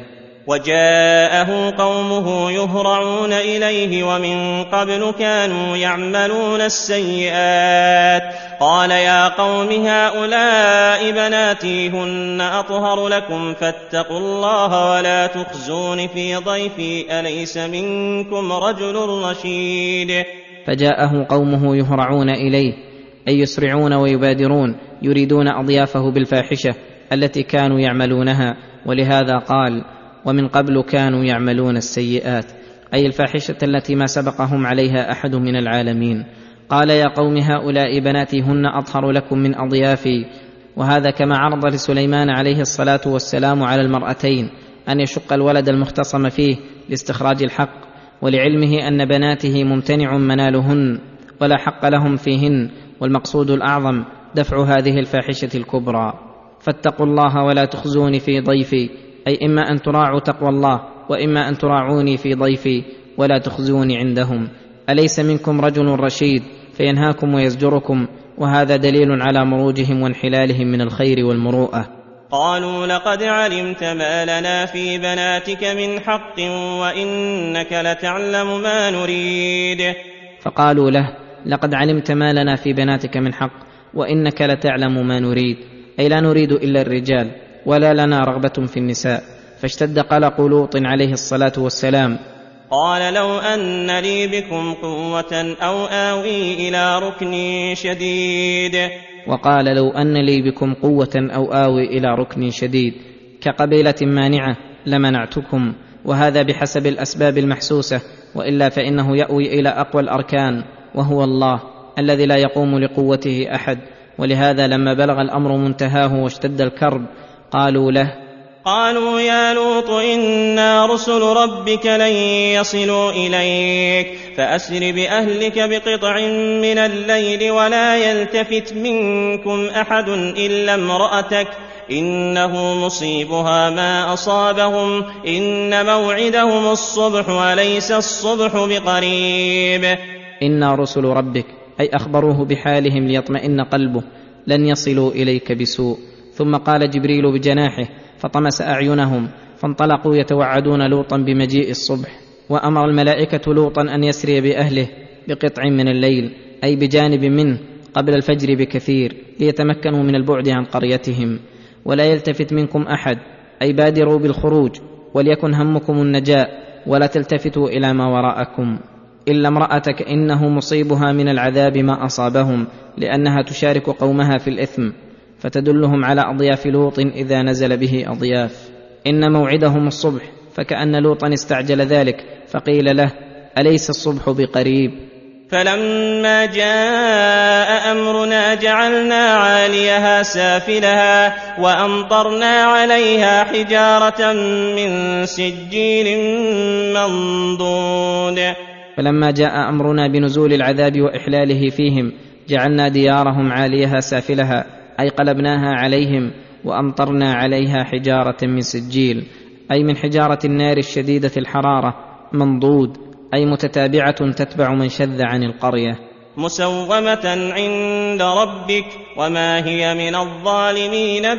B: وجاءه قومه يهرعون إليه ومن قبل كانوا يعملون السيئات، قال يا قوم هؤلاء بناتي هن أطهر لكم فاتقوا الله ولا تخزون في ضيفي أليس منكم رجل رشيد.
C: فجاءه قومه يهرعون إليه أي يسرعون ويبادرون، يريدون أضيافه بالفاحشة التي كانوا يعملونها، ولهذا قال ومن قبل كانوا يعملون السيئات أي الفاحشة التي ما سبقهم عليها أحد من العالمين. قال يا قوم هؤلاء بناتي هن أطهر لكم من أضيافي، وهذا كما عرض لسليمان عليه الصلاة والسلام على المرأتين أن يشق الولد المختصم فيه لاستخراج الحق، ولعلمه أن بناته ممتنع منالهن ولا حق لهم فيهن، والمقصود الأعظم دفع هذه الفاحشة الكبرى. فاتقوا الله ولا تخزوني في ضيفي، أي إما أن تراعوا تقوى الله وإما أن تراعوني في ضيفي ولا تخزوني عندهم. أليس منكم رجل رشيد فينهاكم ويزجركم، وهذا دليل على مروجهم وانحلالهم من الخير والمروءة.
B: قالوا لقد علمت ما لنا في بناتك من حق وإنك لتعلم ما نريد.
C: فقالوا له لقد علمت ما لنا في بناتك من حق وإنك لتعلم ما نريد، أي لا نريد إلا الرجال ولا لنا رغبة في النساء. فاشتد قلق لوط عليه الصلاة والسلام.
B: قال لو أن لي بكم قوة أو آوي إلى ركن شديد.
C: وقال لو أن لي بكم قوة أو آوي إلى ركن شديد، كقبيلة مانعة لمنعتكم، وهذا بحسب الأسباب المحسوسة، وإلا فإنه يأوي إلى أقوى الأركان وهو الله الذي لا يقوم لقوته أحد. ولهذا لما بلغ الأمر منتهاه واشتد الكرب قالوا له
B: قالوا يا لوط إنا رسل ربك لن يصلوا إليك فأسر بأهلك بقطع من الليل ولا يلتفت منكم أحد إلا امرأتك إنه مصيبها ما أصابهم إن موعدهم الصبح وليس الصبح بقريب.
C: إنا رسل ربك أي أخبروه بحالهم ليطمئن قلبه، لن يصلوا إليك بسوء. ثم قال جبريل بجناحه فطمس أعينهم، فانطلقوا يتوعدون لوطا بمجيء الصبح. وأمر الملائكة لوطا أن يسري بأهله بقطع من الليل، أي بجانب منه قبل الفجر بكثير، ليتمكنوا من البعد عن قريتهم. ولا يلتفت منكم أحد، أي بادروا بالخروج، وليكن همكم النجاة ولا تلتفتوا إلى ما وراءكم، إلا امرأتك إنه مصيبها من العذاب ما أصابهم، لأنها تشارك قومها في الإثم، فتدلهم على أضياف لوط إذا نزل به أضياف. إن موعدهم الصبح، فكأن لوطا استعجل ذلك، فقيل له أليس الصبح بقريب.
B: فلما جاء أمرنا جعلنا عاليها سافلها وأمطرنا عليها حجارة من سجيل منضود.
C: فلما جاء أمرنا بنزول العذاب وإحلاله فيهم جعلنا ديارهم عاليها سافلها، أي قلبناها عليهم وأمطرنا عليها حجارة من سجيل، أي من حجارة النار الشديدة الحرارة، منضود أي متتابعة تتبع من شذ عن القرية.
B: مسومة عند ربك وما هي من الظالمين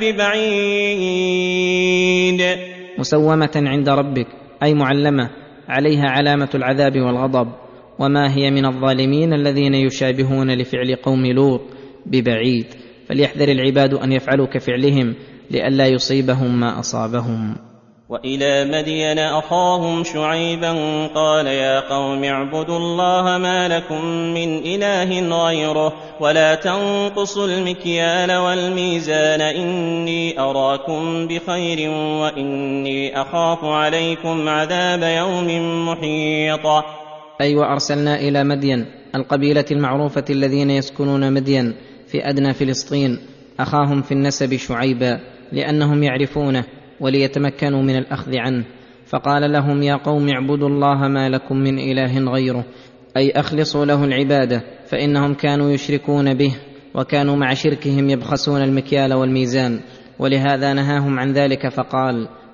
B: ببعيد.
C: مسومة عند ربك أي معلمة عليها علامة العذاب والغضب، وما هي من الظالمين الذين يشابهون لفعل قوم لوط ببعيد. فليحذر العباد أن يفعلوا كفعلهم لئلا يصيبهم ما أصابهم.
B: وإلى مدين أخاهم شعيبا قال يا قوم اعبدوا الله ما لكم من إله غيره ولا تنقصوا المكيال والميزان إني أراكم بخير وإني أخاف عليكم عذاب يوم محيط.
C: أي وأرسلنا إلى مدين القبيلة المعروفة الذين يسكنون مدين في أدنى فلسطين أخاهم في النسب شعيبا، لأنهم يعرفونه وليتمكنوا من الأخذ عنه. فقال لهم يا قوم اعبدوا الله ما لكم من إله غيره، أي أخلصوا له العبادة، فإنهم كانوا يشركون به وكانوا مع شركهم يبخسون المكيال والميزان، ولهذا نهاهم عن ذلك فقال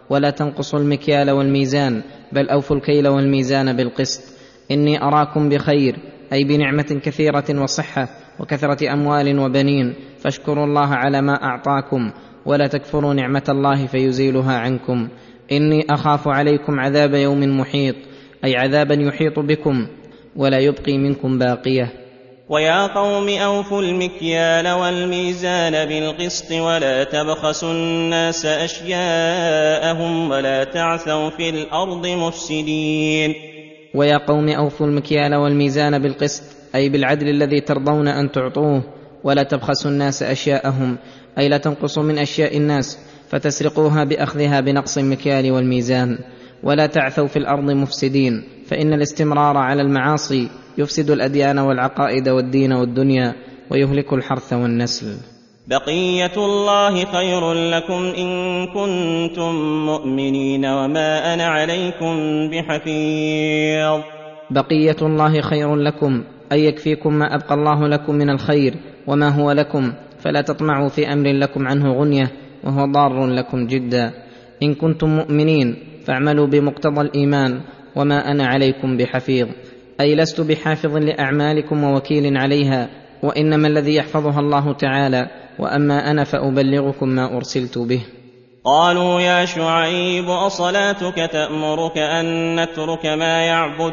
C: ولا تنقصوا المكيال والميزان بل أوفوا الكيل والميزان بالقسط. إني أراكم بخير، أي بنعمة كثيرة وصحة وكثرة أموال وبنين، فاشكروا الله على ما أعطاكم ولا تكفروا نعمة الله فيزيلها عنكم. إني أخاف عليكم عذاب يوم محيط، أي عذابا يحيط بكم ولا يبقي منكم باقية.
B: ويا قوم أوفوا المكيال والميزان بالقسط ولا تبخسوا الناس أشياءهم ولا تعثوا في الأرض مفسدين.
C: ويا قوم أوفوا المكيال والميزان بالقسط، أي بالعدل الذي ترضون أن تعطوه، ولا تبخسوا الناس أشياءهم، أي لا تنقصوا من أشياء الناس فتسرقوها بأخذها بنقص المكيال والميزان. ولا تعثوا في الأرض مفسدين، فإن الاستمرار على المعاصي يفسد الأديان والعقائد والدين والدنيا ويهلك الحرث والنسل.
B: بقية الله خير لكم إن كنتم مؤمنين وما أنا عليكم بحفيظ.
C: بقية الله خير لكم، أي يكفيكم ما أبقى الله لكم من الخير وما هو لكم، فلا تطمعوا في أمر لكم عنه غنية وهو ضار لكم جدا. إن كنتم مؤمنين فاعملوا بمقتضى الإيمان وما أنا عليكم بحفيظ، أي لست بحافظ لأعمالكم ووكيل عليها، وإنما الذي يحفظها الله تعالى، وأما أنا فأبلغكم ما أرسلت به.
B: قالوا يا شعيب أصلاتك تأمرك أن نترك ما يعبد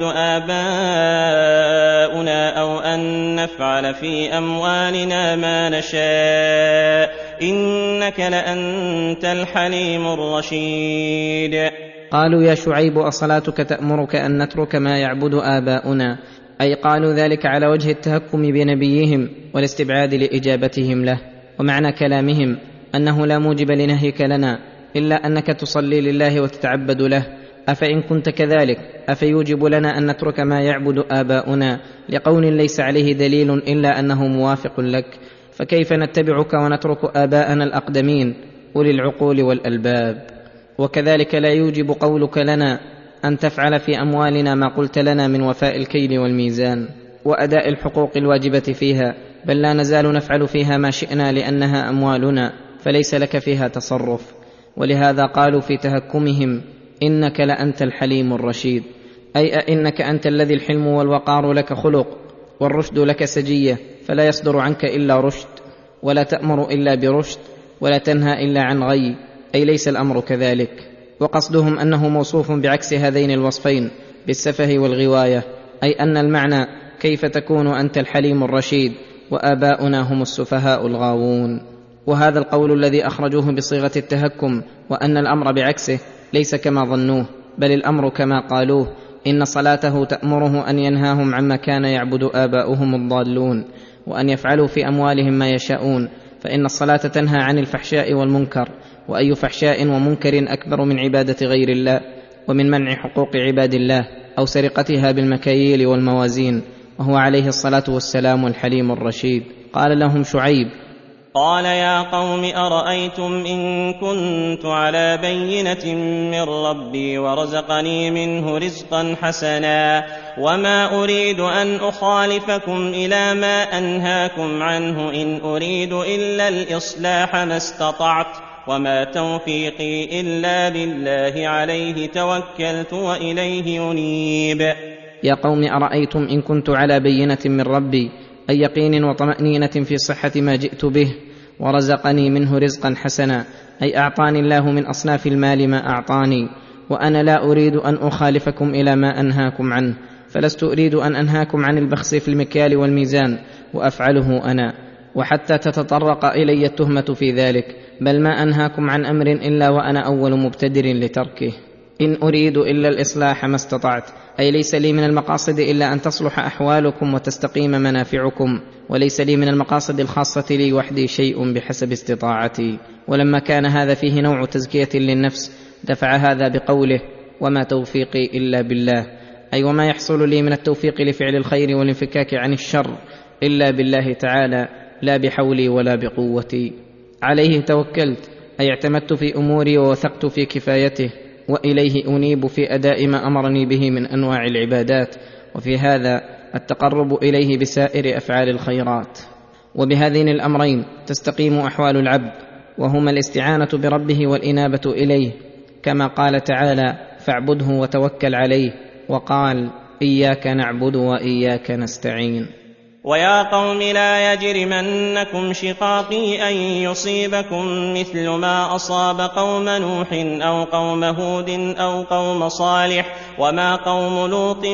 B: آباؤنا أو أن نفعل في أموالنا ما نشاء إنك لأنت الحليم الرشيد.
C: قالوا يا شعيب أصلاتك تأمرك أن نترك ما يعبد آباؤنا، أي قالوا ذلك على وجه التهكم بنبيهم والاستبعاد لإجابتهم له. ومعنى كلامهم أنه لا موجب لنهيك لنا إلا أنك تصلي لله وتتعبد له، أفإن كنت كذلك أفيوجب لنا أن نترك ما يعبد آباؤنا لقول ليس عليه دليل إلا أنه موافق لك، فكيف نتبعك ونترك آباءنا الأقدمين أولي العقول والألباب؟ وكذلك لا يوجب قولك لنا أن تفعل في أموالنا ما قلت لنا من وفاء الكيل والميزان وأداء الحقوق الواجبة فيها، بل لا نزال نفعل فيها ما شئنا لأنها أموالنا فليس لك فيها تصرف. ولهذا قالوا في تهكمهم إنك لأنت الحليم الرشيد، أي أئنك أنت الذي الحلم والوقار لك خلق والرشد لك سجية، فلا يصدر عنك إلا رشد، ولا تأمر إلا برشد، ولا تنهى إلا عن غي، أي ليس الأمر كذلك. وقصدهم أنه موصوف بعكس هذين الوصفين بالسفه والغواية، أي أن المعنى كيف تكون أنت الحليم الرشيد وآباؤنا هم السفهاء الغاوون. وهذا القول الذي أخرجوه بصيغة التهكم وأن الأمر بعكسه ليس كما ظنوه، بل الأمر كما قالوه، إن صلاته تأمره أن ينهاهم عما كان يعبد آباؤهم الضالون وأن يفعلوا في أموالهم ما يشاءون، فإن الصلاة تنهى عن الفحشاء والمنكر، وأي فحشاء ومنكر أكبر من عبادة غير الله ومن منع حقوق عباد الله أو سرقتها بالمكاييل والموازين، وهو عليه الصلاة والسلام الحليم الرشيد. قال لهم شعيب:
B: قال يا قوم أرأيتم إن كنت على بينة من ربي ورزقني منه رزقا حسنا وما أريد أن أخالفكم إلى ما أنهاكم عنه إن أريد إلا الإصلاح ما استطعت وما توفيقي إلا بالله عليه توكلت وإليه أنيب.
C: يا قوم أرأيتم إن كنت على بينة من ربي، أي يقين وطمأنينة في صحة ما جئت به، ورزقني منه رزقا حسنا، أي أعطاني الله من أصناف المال ما أعطاني، وأنا لا أريد أن أخالفكم إلى ما أنهاكم عنه، فلست أريد أن أنهاكم عن البخس في المكيال والميزان وأفعله أنا، وحتى تتطرق إلي التهمة في ذلك، بل ما أنهاكم عن أمر إلا وأنا أول مبتدر لتركه. إن أريد إلا الإصلاح ما استطعت، أي ليس لي من المقاصد إلا أن تصلح أحوالكم وتستقيم منافعكم، وليس لي من المقاصد الخاصة لي وحدي شيء بحسب استطاعتي. ولما كان هذا فيه نوع تزكية للنفس دفع هذا بقوله: وما توفيقي إلا بالله، أي وما يحصل لي من التوفيق لفعل الخير والانفكاك عن الشر إلا بالله تعالى، لا بحولي ولا بقوتي. عليه توكلت، أي اعتمدت في أموري ووثقت في كفايته، وإليه أنيب في أداء ما أمرني به من أنواع العبادات، وفي هذا التقرب إليه بسائر أفعال الخيرات. وبهذين الأمرين تستقيم أحوال العبد، وهما الاستعانة بربه والإنابة إليه، كما قال تعالى: فاعبده وتوكل عليه، وقال: إياك نعبد وإياك نستعين.
B: ويا قوم لا يجرمنكم شقاقي أن يصيبكم مثل ما أصاب قوم نوح أو قوم هود أو قوم صالح وما قوم لوط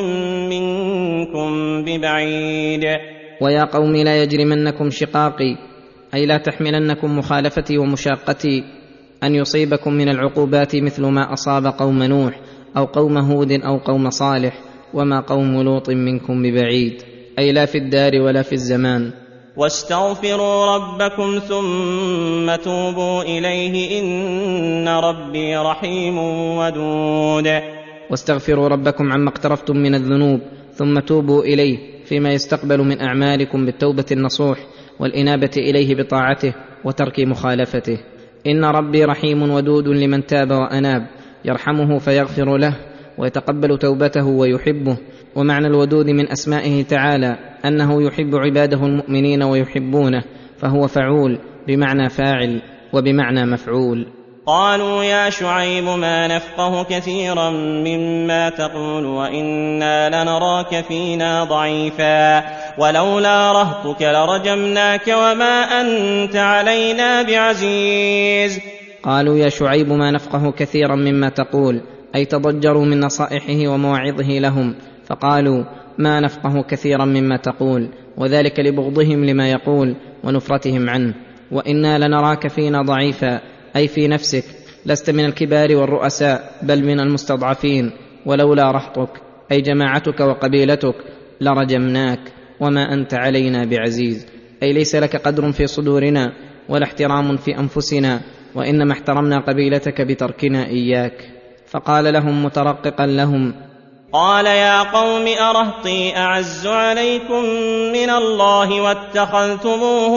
B: منكم ببعيد.
C: ويا قوم لا يجرمنكم شقاقي، أي لا تحملنكم مخالفتي ومشاقتي أن يصيبكم من العقوبات مثل ما أصاب قوم نوح أو قوم هود أو قوم صالح وما قوم لوط منكم ببعيد، أي لا في الدار ولا في الزمان.
B: واستغفروا ربكم ثم توبوا إليه إن ربي رحيم ودود.
C: واستغفروا ربكم عما اقترفتم من الذنوب ثم توبوا إليه فيما يستقبل من أعمالكم بالتوبة النصوح والإنابة إليه بطاعته وترك مخالفته. إن ربي رحيم ودود لمن تاب وأناب، يرحمه فيغفر له ويتقبل توبته ويحبه. ومعنى الودود من أسمائه تعالى أنه يحب عباده المؤمنين ويحبونه، فهو فعول بمعنى فاعل وبمعنى مفعول.
B: قالوا يا شعيب ما نفقه كثيرا مما تقول وإنا لنراك فينا ضعيفا ولولا رهطك لرجمناك وما أنت علينا بعزيز.
C: قالوا يا شعيب ما نفقه كثيرا مما تقول، أي تضجروا من نصائحه ومواعظه لهم، فقالوا ما نفقه كثيرا مما تقول، وذلك لبغضهم لما يقول ونفرتهم عنه. وإنا لنراك فينا ضعيفا، أي في نفسك لست من الكبار والرؤساء بل من المستضعفين، ولولا رهطك أي جماعتك وقبيلتك لرجمناك وما أنت علينا بعزيز، أي ليس لك قدر في صدورنا ولا احترام في أنفسنا، وإنما احترمنا قبيلتك بتركنا إياك. فقال لهم مترققا لهم:
B: قال يا قوم أرهطي أعز عليكم من الله واتخذتموه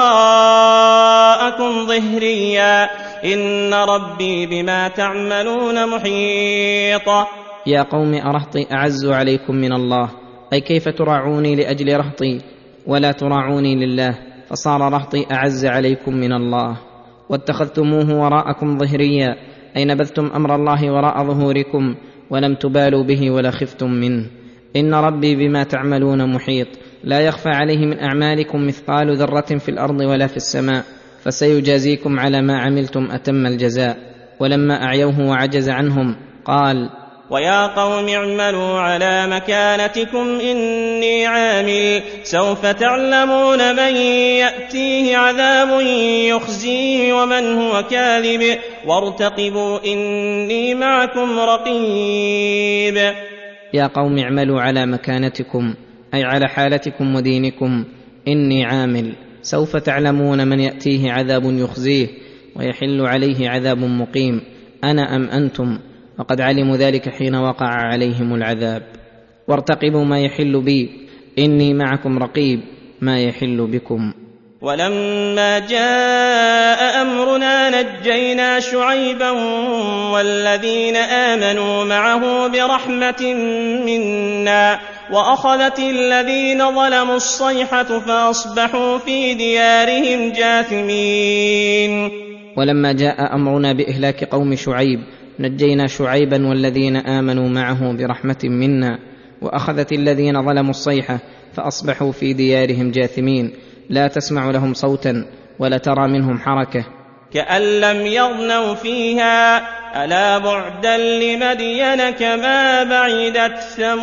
B: وراءكم ظهريا إن ربي بما تعملون محيط.
C: يا قوم أرهطي أعز عليكم من الله، أي كيف تراعوني لأجل رهطي ولا تراعوني لله، فصار رهطي أعز عليكم من الله. واتخذتموه وراءكم ظهريا، أي نبذتم أمر الله وراء ظهوركم ولم تبالوا به ولا خفتم منه. إن ربي بما تعملون محيط، لا يخفى عليه من أعمالكم مثقال ذرة في الأرض ولا في السماء، فسيجازيكم على ما عملتم أتم الجزاء. ولما أعيوه وعجز عنهم قال:
B: ويا قوم اعملوا على مكانتكم إني عامل سوف تعلمون من يأتيه عذاب يخزيه ومن هو كاذب وارتقبوا إني معكم رقيب.
C: يا قوم اعملوا على مكانتكم، أي على حالتكم ودينكم، إني عامل سوف تعلمون من يأتيه عذاب يخزيه ويحل عليه عذاب مقيم، أنا أم أنتم؟ وقد علموا ذلك حين وقع عليهم العذاب. وارتقبوا ما يحل بي إني معكم رقيب ما يحل بكم.
B: ولما جاء أمرنا نجينا شعيبا والذين آمنوا معه برحمة منا وأخذت الذين ظلموا الصيحة فأصبحوا في ديارهم جاثمين.
C: ولما جاء أمرنا بإهلاك قوم شعيب نجينا شعيبا والذين آمنوا معه برحمة منا وأخذت الذين ظلموا الصيحة فأصبحوا في ديارهم جاثمين، لا تسمع لهم صوتا ولا ترى منهم حركة،
B: كأن لم يغنوا فيها ألا بعدا لمدين كما بعدت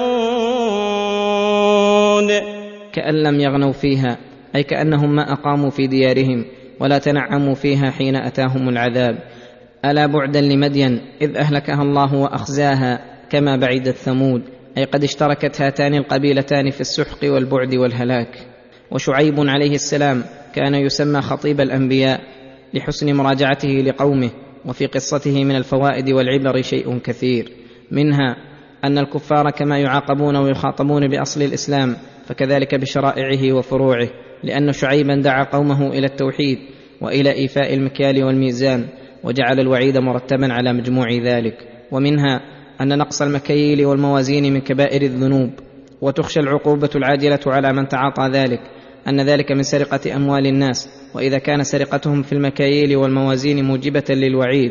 B: ثمود.
C: كأن لم يغنوا فيها، أي كأنهم ما أقاموا في ديارهم ولا تنعموا فيها حين أتاهم العذاب. ألا بعدا لمدين إذ أهلكها الله وأخزاها كما بعدت ثمود، أي قد اشتركت هاتان القبيلتان في السحق والبعد والهلاك. وشعيب عليه السلام كان يسمى خطيب الأنبياء لحسن مراجعته لقومه، وفي قصته من الفوائد والعبر شيء كثير، منها أن الكفار كما يعاقبون ويخاطبون بأصل الإسلام فكذلك بشرائعه وفروعه، لأن شعيبا دعا قومه إلى التوحيد وإلى إيفاء المكيال والميزان، وجعل الوعيد مرتبا على مجموع ذلك. ومنها أن نقص المكاييل والموازين من كبائر الذنوب، وتخشى العقوبة العاجلة على من تعاطى ذلك، أن ذلك من سرقة أموال الناس، وإذا كان سرقتهم في المكاييل والموازين موجبة للوعيد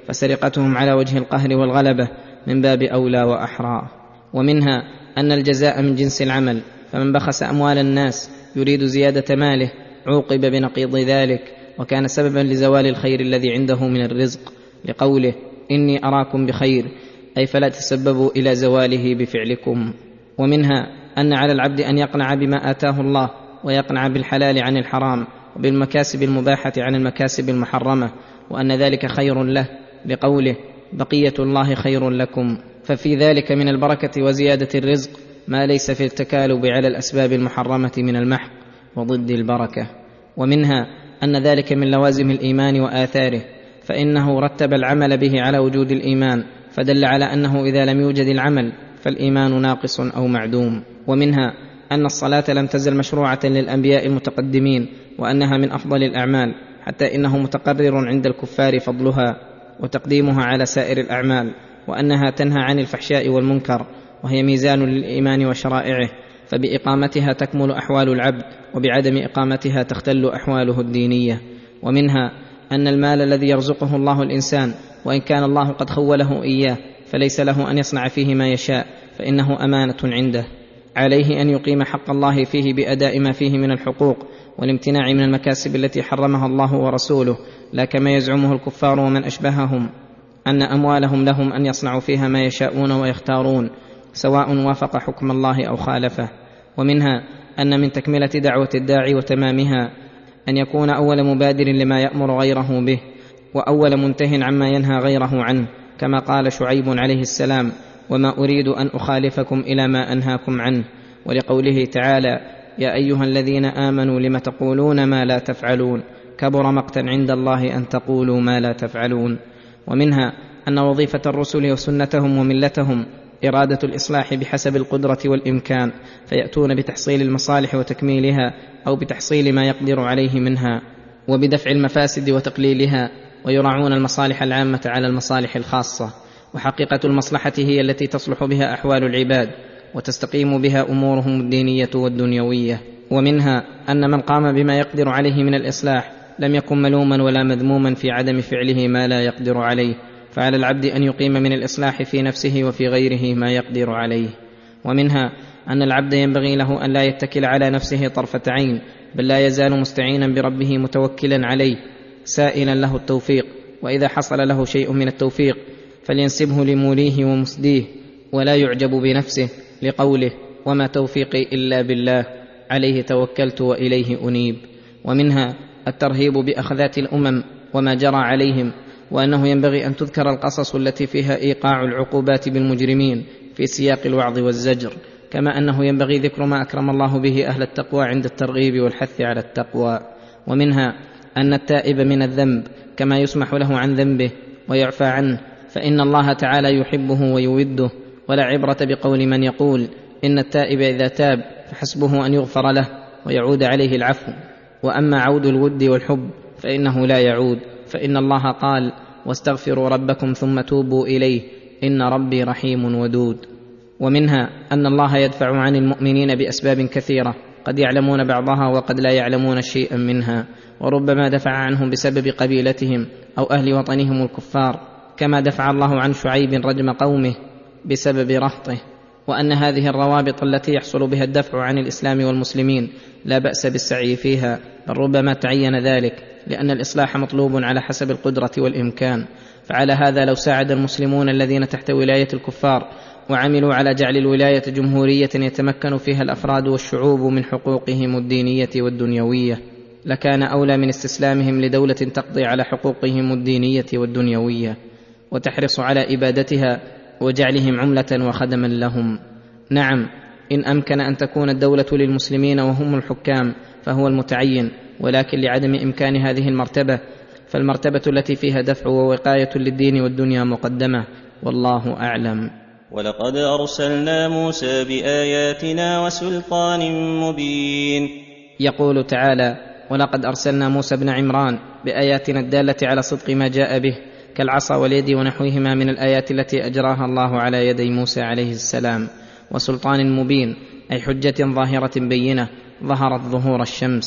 C: فسرقتهم على وجه القهر والغلبة من باب أولى وأحرى. ومنها أن الجزاء من جنس العمل، فمن بخس أموال الناس يريد زيادة ماله عوقب بنقيض ذلك، وكان سببا لزوال الخير الذي عنده من الرزق، لقوله إني أراكم بخير، أي فلا تسببوا إلى زواله بفعلكم. ومنها أن على العبد أن يقنع بما آتاه الله، ويقنع بالحلال عن الحرام، وبالمكاسب المباحة عن المكاسب المحرمة، وأن ذلك خير له، لقوله بقية الله خير لكم. ففي ذلك من البركة وزيادة الرزق ما ليس في التكالب على الأسباب المحرمة من المحق وضد البركة. ومنها أن ذلك من لوازم الإيمان وآثاره، فإنه رتب العمل به على وجود الإيمان، فدل على أنه إذا لم يوجد العمل فالإيمان ناقص أو معدوم. ومنها أن الصلاة لم تزل مشروعة للأنبياء المتقدمين، وأنها من أفضل الأعمال، حتى إنه متقرر عند الكفار فضلها وتقديمها على سائر الأعمال، وأنها تنهى عن الفحشاء والمنكر، وهي ميزان للإيمان وشرائعه، فبإقامتها تكمل أحوال العبد، وبعدم إقامتها تختل أحواله الدينية. ومنها أن المال الذي يرزقه الله الإنسان، وإن كان الله قد خوله إياه، فليس له أن يصنع فيه ما يشاء، فإنه أمانة عنده، عليه أن يقيم حق الله فيه بأداء ما فيه من الحقوق والامتناع من المكاسب التي حرمها الله ورسوله، لا كما يزعمه الكفار ومن أشبههم أن أموالهم لهم أن يصنعوا فيها ما يشاءون ويختارون، سواء وافق حكم الله أو خالفه. ومنها أن من تكملة دعوة الداعي وتمامها أن يكون أول مبادر لما يأمر غيره به، وأول منته عما ينهى غيره عنه، كما قال شعيب عليه السلام وما أريد أن أخالفكم إلى ما أنهاكم عنه، ولقوله تعالى يا أيها الذين آمنوا لم تقولون ما لا تفعلون كبر مقتا عند الله أن تقولوا ما لا تفعلون. ومنها أن وظيفة الرسل وسنتهم وملتهم إرادة الإصلاح بحسب القدرة والإمكان، فيأتون بتحصيل المصالح وتكميلها، أو بتحصيل ما يقدر عليه منها، وبدفع المفاسد وتقليلها، ويراعون المصالح العامة على المصالح الخاصة. وحقيقة المصلحة هي التي تصلح بها أحوال العباد وتستقيم بها أمورهم الدينية والدنيوية. ومنها أن من قام بما يقدر عليه من الإصلاح لم يكن ملوما ولا مذموما في عدم فعله ما لا يقدر عليه، فعلى العبد أن يقيم من الإصلاح في نفسه وفي غيره ما يقدر عليه. ومنها أن العبد ينبغي له أن لا يتكل على نفسه طرفة عين، بل لا يزال مستعينا بربه متوكلا عليه سائلا له التوفيق، وإذا حصل له شيء من التوفيق فلينسبه لموليه ومسديه، ولا يعجب بنفسه، لقوله وما توفيقي إلا بالله عليه توكلت وإليه أنيب. ومنها الترهيب بأخذات الأمم وما جرى عليهم، وأنه ينبغي أن تذكر القصص التي فيها إيقاع العقوبات بالمجرمين في سياق الوعظ والزجر، كما أنه ينبغي ذكر ما أكرم الله به أهل التقوى عند الترغيب والحث على التقوى. ومنها أن التائب من الذنب كما يسمح له عن ذنبه ويعفى عنه، فإن الله تعالى يحبه ويوده، ولا عبرة بقول من يقول إن التائب إذا تاب فحسبه أن يغفر له ويعود عليه العفو، وأما عود الود والحب فإنه لا يعود، فإن الله قال واستغفروا ربكم ثم توبوا إليه إن ربي رحيم ودود. ومنها أن الله يدفع عن المؤمنين بأسباب كثيرة قد يعلمون بعضها وقد لا يعلمون شيئا منها، وربما دفع عنهم بسبب قبيلتهم أو أهل وطنهم الكفار، كما دفع الله عن شعيب رجم قومه بسبب رهطه. وأن هذه الروابط التي يحصل بها الدفع عن الإسلام والمسلمين لا بأس بالسعي فيها، بل ربما تعين ذلك، لأن الإصلاح مطلوب على حسب القدرة والإمكان. فعلى هذا لو ساعد المسلمون الذين تحت ولاية الكفار وعملوا على جعل الولاية جمهورية يتمكن فيها الأفراد والشعوب من حقوقهم الدينية والدنيوية، لكان أولى من استسلامهم لدولة تقضي على حقوقهم الدينية والدنيوية وتحرص على إبادتها وجعلهم عملة وخدما لهم. نعم، إن أمكن أن تكون الدولة للمسلمين وهم الحكام فهو المتعين، ولكن لعدم إمكان هذه المرتبة فالمرتبة التي فيها دفع ووقاية للدين والدنيا مقدمة، والله أعلم.
B: ولقد أرسلنا موسى بآياتنا وسلطان مبين.
C: يقول تعالى ولقد أرسلنا موسى بن عمران بآياتنا الدالة على صدق ما جاء به، كالعصا واليد ونحوهما من الآيات التي أجراها الله على يدي موسى عليه السلام، وسلطان مبين أي حجة ظاهرة بينة ظهرت ظهور الشمس.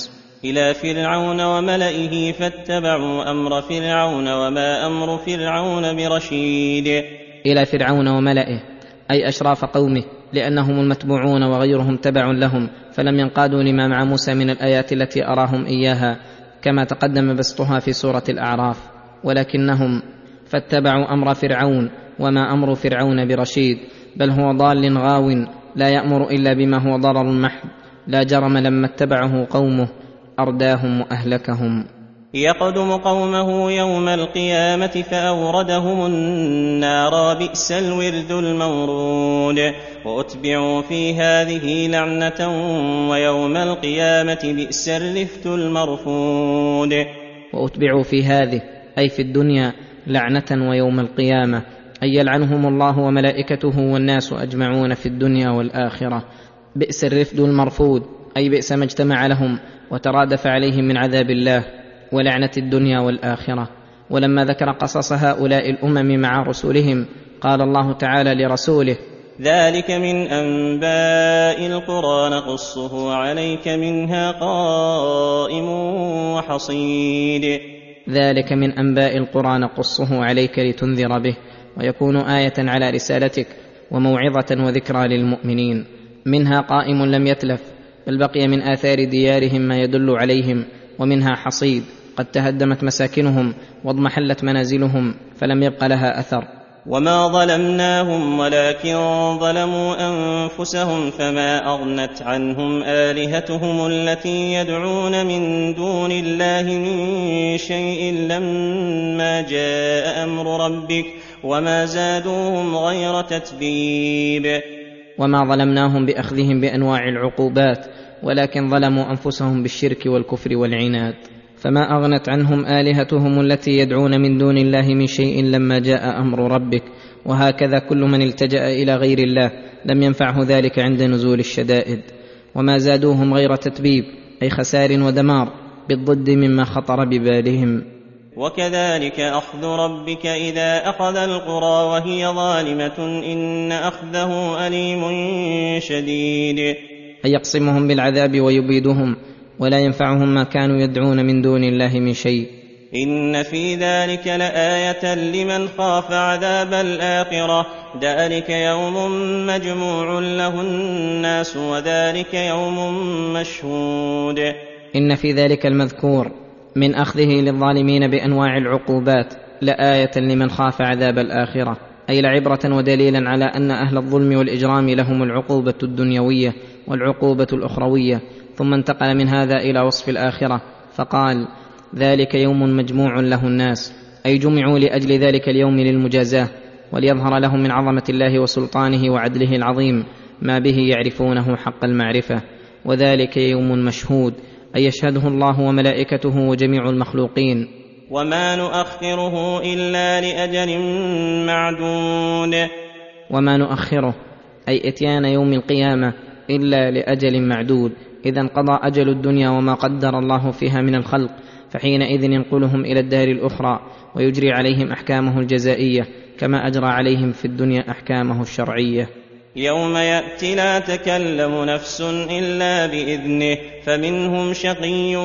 B: إلى فرعون وملئه فاتبعوا أمر فرعون وما أمر فرعون برشيد.
C: إلى فرعون وملئه أي أشراف قومه، لأنهم المتبوعون وغيرهم تبع لهم، فلم ينقادوا لما مع موسى من الآيات التي أراهم إياها كما تقدم بسطها في سورة الأعراف، ولكنهم فاتبعوا أمر فرعون وما أمر فرعون برشيد، بل هو ضال غاو لا يأمر إلا بما هو ضرر محض. لا جرم لما اتبعه قومه أرداهم وأهلكهم.
B: يقدم قومه يوم القيامة فأوردهم النار بئس الورد المورود. وأتبعوا في هذه لعنة ويوم القيامة بئس الرفد المرفود.
C: وأتبعوا في هذه أي في الدنيا لعنة ويوم القيامة أي يلعنهم الله وملائكته والناس أجمعون في الدنيا والآخرة. بئس الرفد المرفود أي بئس ما اجتمع لهم وترادف عليهم من عذاب الله ولعنة الدنيا والآخرة. ولما ذكر قصص هؤلاء الأمم مع رسولهم قال الله تعالى لرسوله:
B: ذلك من أنباء القرى نقصه عليك منها قائم وحصيد.
C: ذلك من أنباء القرى نقصه عليك لتنذر به ويكون آية على رسالتك وموعظة وذكرى للمؤمنين. منها قائم لم يتلف، بل بقي من آثار ديارهم ما يدل عليهم، ومنها حصيد قد تهدمت مساكنهم واضمحلت منازلهم فلم يبق لها أثر.
B: وما ظلمناهم ولكن ظلموا أنفسهم فما أغنت عنهم آلهتهم التي يدعون من دون الله من شيء لما جاء أمر ربك وما زادوهم غير تتبيب.
C: وما ظلمناهم بأخذهم بأنواع العقوبات، ولكن ظلموا أنفسهم بالشرك والكفر والعناد. فما أغنت عنهم آلهتهم التي يدعون من دون الله من شيء لما جاء أمر ربك. وهكذا كل من التجأ إلى غير الله لم ينفعه ذلك عند نزول الشدائد. وما زادوهم غير تتبيب أي خسار ودمار بالضد مما خطر ببالهم.
B: وكذلك أخذ ربك إذا أخذ القرى وهي ظالمة إن أخذه أليم شديد.
C: أي يقسمهم بالعذاب ويبيدهم ولا ينفعهم ما كانوا يدعون من دون الله من شيء.
B: إن في ذلك لآية لمن خاف عذاب الآخرة ذلك يوم مجموع له الناس وذلك يوم مشهود.
C: إن في ذلك المذكور من أخذه للظالمين بأنواع العقوبات لآية لمن خاف عذاب الآخرة، أي لعبرة ودليلا على أن أهل الظلم والإجرام لهم العقوبة الدنيوية والعقوبة الأخروية. ثم انتقل من هذا إلى وصف الآخرة فقال: ذلك يوم مجموع له الناس، أي جمعوا لأجل ذلك اليوم للمجازاة وليظهر لهم من عظمة الله وسلطانه وعدله العظيم ما به يعرفونه حق المعرفة. وذلك يوم مشهود أي يشهده الله وملائكته وجميع المخلوقين.
B: وما نؤخره إلا لأجل معدود.
C: وما نؤخره أي إتيان يوم القيامة إلا لأجل معدود، إذا انقضى أجل الدنيا وما قدر الله فيها من الخلق، فحينئذ ينقلهم إلى الدار الأخرى ويجري عليهم أحكامه الجزائية كما أجرى عليهم في الدنيا أحكامه الشرعية.
B: يوم يأتي لا تكلم نفس إلا بإذنه فمنهم شقي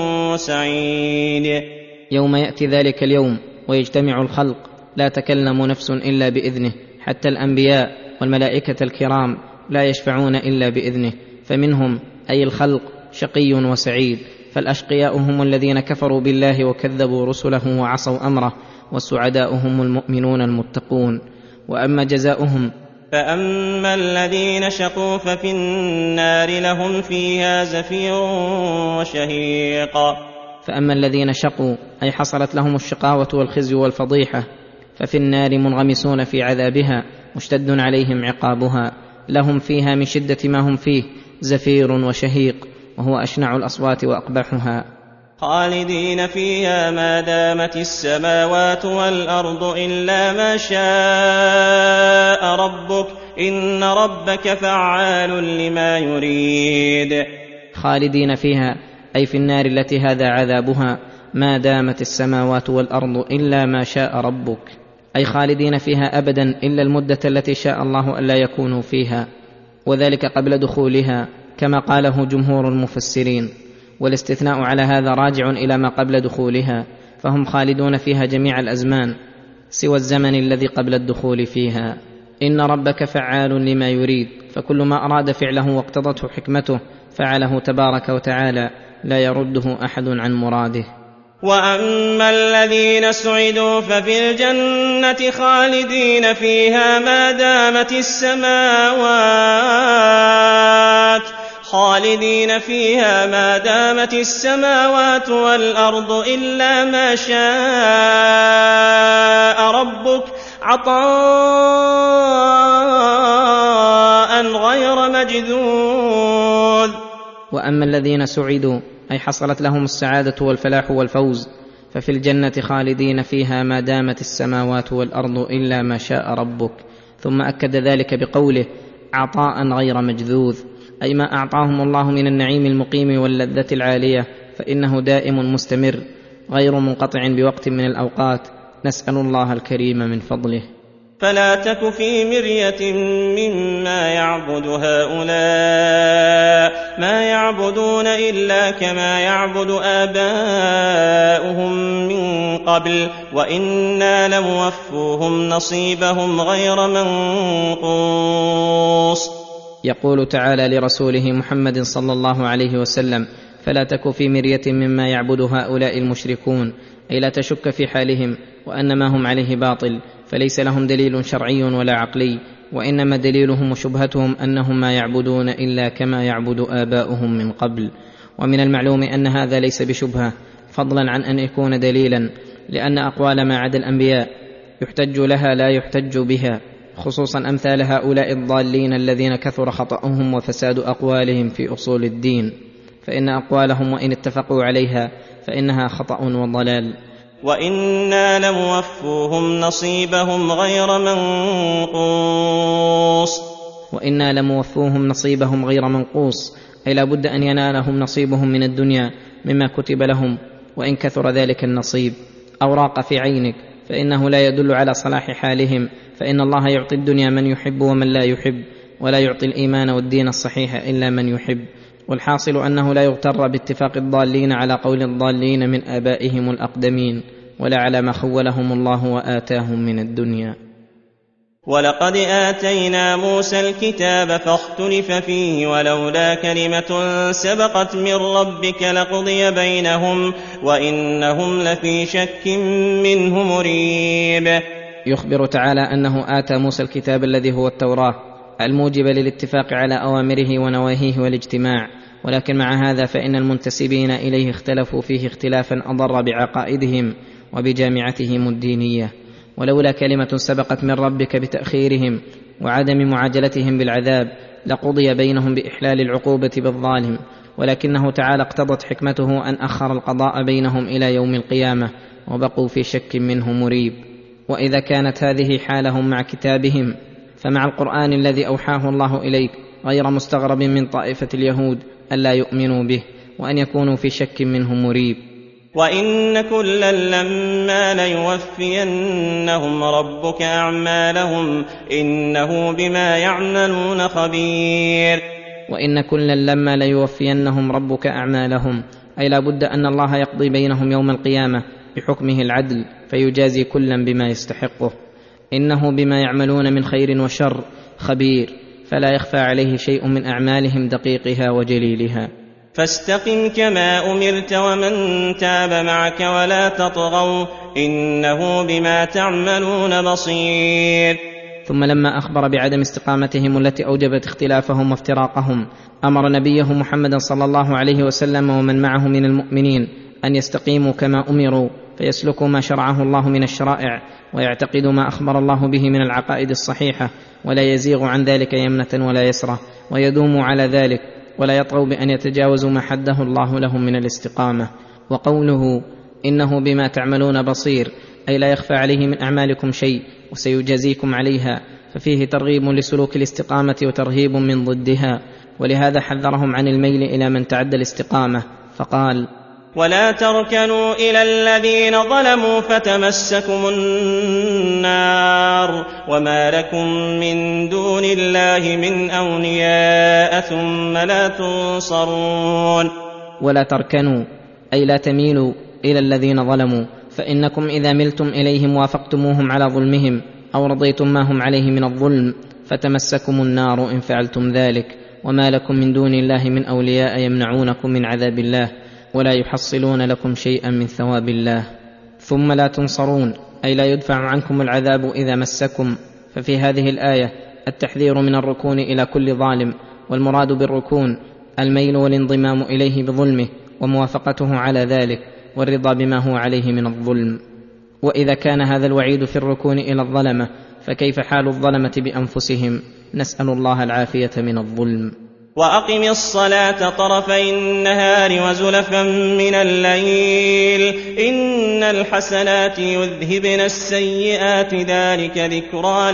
B: وسعيد.
C: يوم يأتي ذلك اليوم ويجتمع الخلق لا تكلم نفس إلا بإذنه، حتى الأنبياء والملائكة الكرام لا يشفعون إلا بإذنه، فمنهم أي الخلق شقي وسعيد. فالأشقياء هم الذين كفروا بالله وكذبوا رسله وعصوا أمره، والسعداء هم المؤمنون المتقون. وأما جزاؤهم
B: فأما الذين شقوا ففي النار لهم فيها زفير وشهيق.
C: فأما الذين شقوا أي حصلت لهم الشقاوة والخزي والفضيحة ففي النار منغمسون في عذابها مشتد عليهم عقابها، لهم فيها من شدة ما هم فيه زفير وشهيق، وهو أشنع الأصوات وأقبحها.
B: خالدين فيها ما دامت السماوات والأرض إلا ما شاء ربك إن ربك فعال لما يريد.
C: خالدين فيها أي في النار التي هذا عذابها ما دامت السماوات والأرض إلا ما شاء ربك، أي خالدين فيها أبدا إلا المدة التي شاء الله ألا يكونوا فيها، وذلك قبل دخولها كما قاله جمهور المفسرين. والاستثناء على هذا راجع إلى ما قبل دخولها، فهم خالدون فيها جميع الأزمان سوى الزمن الذي قبل الدخول فيها. إن ربك فعال لما يريد، فكل ما أراد فعله واقتضته حكمته فعله تبارك وتعالى، لا يرده أحد عن مراده.
B: وأما الذين سعدوا ففي الجنة خالدين فيها ما دامت السماوات خالدين فيها ما دامت السماوات والأرض إلا ما شاء ربك عطاء غير مجذوذ.
C: وأما الذين سعدوا أي حصلت لهم السعادة والفلاح والفوز، ففي الجنة خالدين فيها ما دامت السماوات والأرض إلا ما شاء ربك، ثم أكد ذلك بقوله عطاء غير مجذوذ، أي ما أعطاهم الله من النعيم المقيم واللذة العالية فإنه دائم مستمر غير منقطع بوقت من الأوقات، نسأل الله الكريم من فضله.
B: فلا تك في مرية مما يعبد هؤلاء، ما يعبدون إلا كما يعبد آباؤهم من قبل، وإنا لموفوهم نصيبهم غير منقوص.
C: يقول تعالى لرسوله محمد صلى الله عليه وسلم: فلا تك في مرية مما يعبد هؤلاء المشركون، أي لا تشك في حالهم وأن ما هم عليه باطل، فليس لهم دليل شرعي ولا عقلي، وإنما دليلهم وشبهتهم أنهم ما يعبدون إلا كما يعبد آباؤهم من قبل. ومن المعلوم أن هذا ليس بشبهة فضلا عن أن يكون دليلا، لأن أقوال ما عدا الأنبياء يحتج لها لا يحتج بها، خصوصا أمثال هؤلاء الضالين الذين كثر خطأهم وفساد أقوالهم في أصول الدين، فإن أقوالهم وإن اتفقوا عليها فإنها خطأ وضلال.
B: وإنا لموفوهم نصيبهم غير منقوص.
C: وإنا لموفوهم نصيبهم غير منقوص، أي لا بد أن ينالهم نصيبهم من الدنيا مما كتب لهم، وإن كثر ذلك النصيب أو راق في عينك فإنه لا يدل على صلاح حالهم، فإن الله يعطي الدنيا من يحب ومن لا يحب، ولا يعطي الإيمان والدين الصحيح إلا من يحب. والحاصل أنه لا يغتر باتفاق الضالين على قول الضالين من آبائهم الأقدمين، ولا على ما خولهم الله وآتاهم من الدنيا.
B: ولقد آتينا موسى الكتاب فاختلف فيه، ولولا كلمة سبقت من ربك لقضي بينهم وإنهم لفي شك منه مريب.
C: يخبر تعالى أنه آتى موسى الكتاب الذي هو التوراة الموجب للاتفاق على أوامره ونواهيه والاجتماع، ولكن مع هذا فإن المنتسبين إليه اختلفوا فيه اختلافا أضر بعقائدهم وبجامعتهم الدينية. ولولا كلمة سبقت من ربك بتأخيرهم وعدم معاجلتهم بالعذاب لقضي بينهم بإحلال العقوبة بالظالم، ولكنه تعالى اقتضت حكمته أن أخر القضاء بينهم إلى يوم القيامة وبقوا في شك منه مريب. وإذا كانت هذه حالهم مع كتابهم، فمع القرآن الذي أوحاه الله إليك غير مستغرب من طائفة اليهود ألا يؤمنوا به وأن يكونوا في شك منه مريب.
B: وإن كلا لما ليوفينهم ربك أعمالهم إنه بما يعملون خبير.
C: وإن كلا لما ليوفينهم ربك أعمالهم، أي لا بد أن الله يقضي بينهم يوم القيامة بحكمه العدل فيجازي كلا بما يستحقه. إنه بما يعملون من خير وشر خبير، فلا يخفى عليه شيء من أعمالهم دقيقها وجليلها.
B: فاستقم كما أمرت ومن تاب معك ولا تطغوا إنه بما تعملون بصير.
C: ثم لما أخبر بعدم استقامتهم التي أوجبت اختلافهم وافتراقهم، أمر نبيه محمد صلى الله عليه وسلم ومن معه من المؤمنين أن يستقيموا كما أمروا، فيسلكوا ما شرعه الله من الشرائع ويعتقدوا ما أخبر الله به من العقائد الصحيحة، ولا يزيغ عن ذلك يمنة ولا يسرة، ويدوموا على ذلك ولا يطغوا بأن يتجاوزوا ما حده الله لهم من الاستقامة. وقوله إنه بما تعملون بصير، أي لا يخفى عليه من أعمالكم شيء وسيجازيكم عليها، ففيه ترغيب لسلوك الاستقامة وترهيب من ضدها، ولهذا حذرهم عن الميل إلى من تعدى الاستقامة فقال:
B: ولا تركنوا إلى الذين ظلموا فتمسكم النار وما لكم من دون الله من أولياء ثم لا تنصرون.
C: ولا تركنوا، أي لا تميلوا إلى الذين ظلموا، فإنكم إذا ملتم إليهم وافقتموهم على ظلمهم أو رضيتم ما هم عليه من الظلم فتمسكم النار إن فعلتم ذلك، وما لكم من دون الله من أولياء يمنعونكم من عذاب الله ولا يحصلون لكم شيئا من ثواب الله. ثم لا تنصرون، أي لا يدفع عنكم العذاب إذا مسكم. ففي هذه الآية التحذير من الركون إلى كل ظالم، والمراد بالركون الميل والانضمام إليه بظلمه وموافقته على ذلك والرضا بما هو عليه من الظلم. وإذا كان هذا الوعيد في الركون إلى الظلمة فكيف حال الظلمة بأنفسهم؟ نسأل الله العافية من الظلم.
B: وأقم الصلاة طرفي النهار وزلفا من الليل إن الحسنات يذهبن السيئات ذلك ذكرى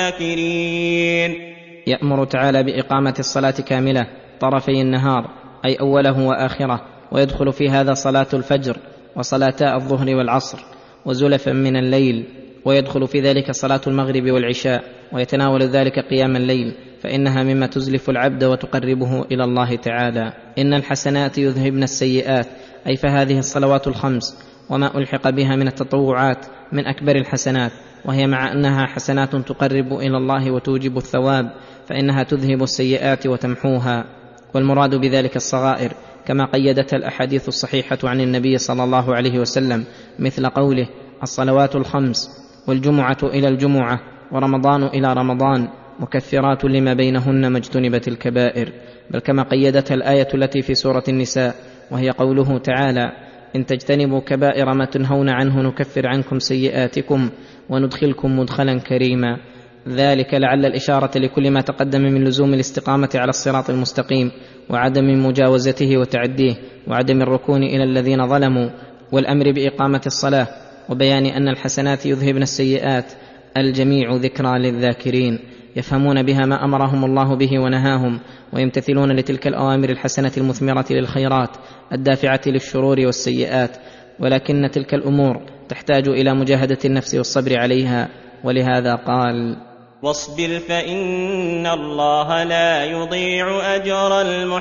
B: للذاكرين.
C: يأمر تعالى بإقامة الصلاة كاملة طرفي النهار، أي أوله وآخره، ويدخل في هذا صلاة الفجر وصلاتا الظهر والعصر، وزلفا من الليل، ويدخل في ذلك صلاة المغرب والعشاء، ويتناول ذلك قيام الليل، فإنها مما تزلف العبد وتقربه إلى الله تعالى. إن الحسنات يذهبن السيئات، أي فهذه الصلوات الخمس وما ألحق بها من التطوعات من أكبر الحسنات، وهي مع أنها حسنات تقرب إلى الله وتوجب الثواب فإنها تذهب السيئات وتمحوها، والمراد بذلك الصغائر كما قيدتها الأحاديث الصحيحة عن النبي صلى الله عليه وسلم، مثل قوله: الصلوات الخمس والجمعة إلى الجمعة ورمضان إلى رمضان مكفرات لما بينهن ما اجتنبت الكبائر. بل كما قيدتها الآية التي في سورة النساء، وهي قوله تعالى: إن تجتنبوا كبائر ما تنهون عنه نكفر عنكم سيئاتكم وندخلكم مدخلا كريما. ذلك لعل الإشارة لكل ما تقدم من لزوم الاستقامة على الصراط المستقيم وعدم مجاوزته وتعديه وعدم الركون إلى الذين ظلموا، والأمر بإقامة الصلاة، وبيان أن الحسنات يذهبن السيئات الجميع ذكرى للذاكرين، يفهمون بها ما أمرهم الله به ونهاهم، ويمتثلون لتلك الأوامر الحسنة المثمرة للخيرات الدافعة للشرور والسيئات. ولكن تلك الأمور تحتاج إلى مجاهدة النفس والصبر عليها، ولهذا قال:
B: واصبر فإن الله لا يضيع أجر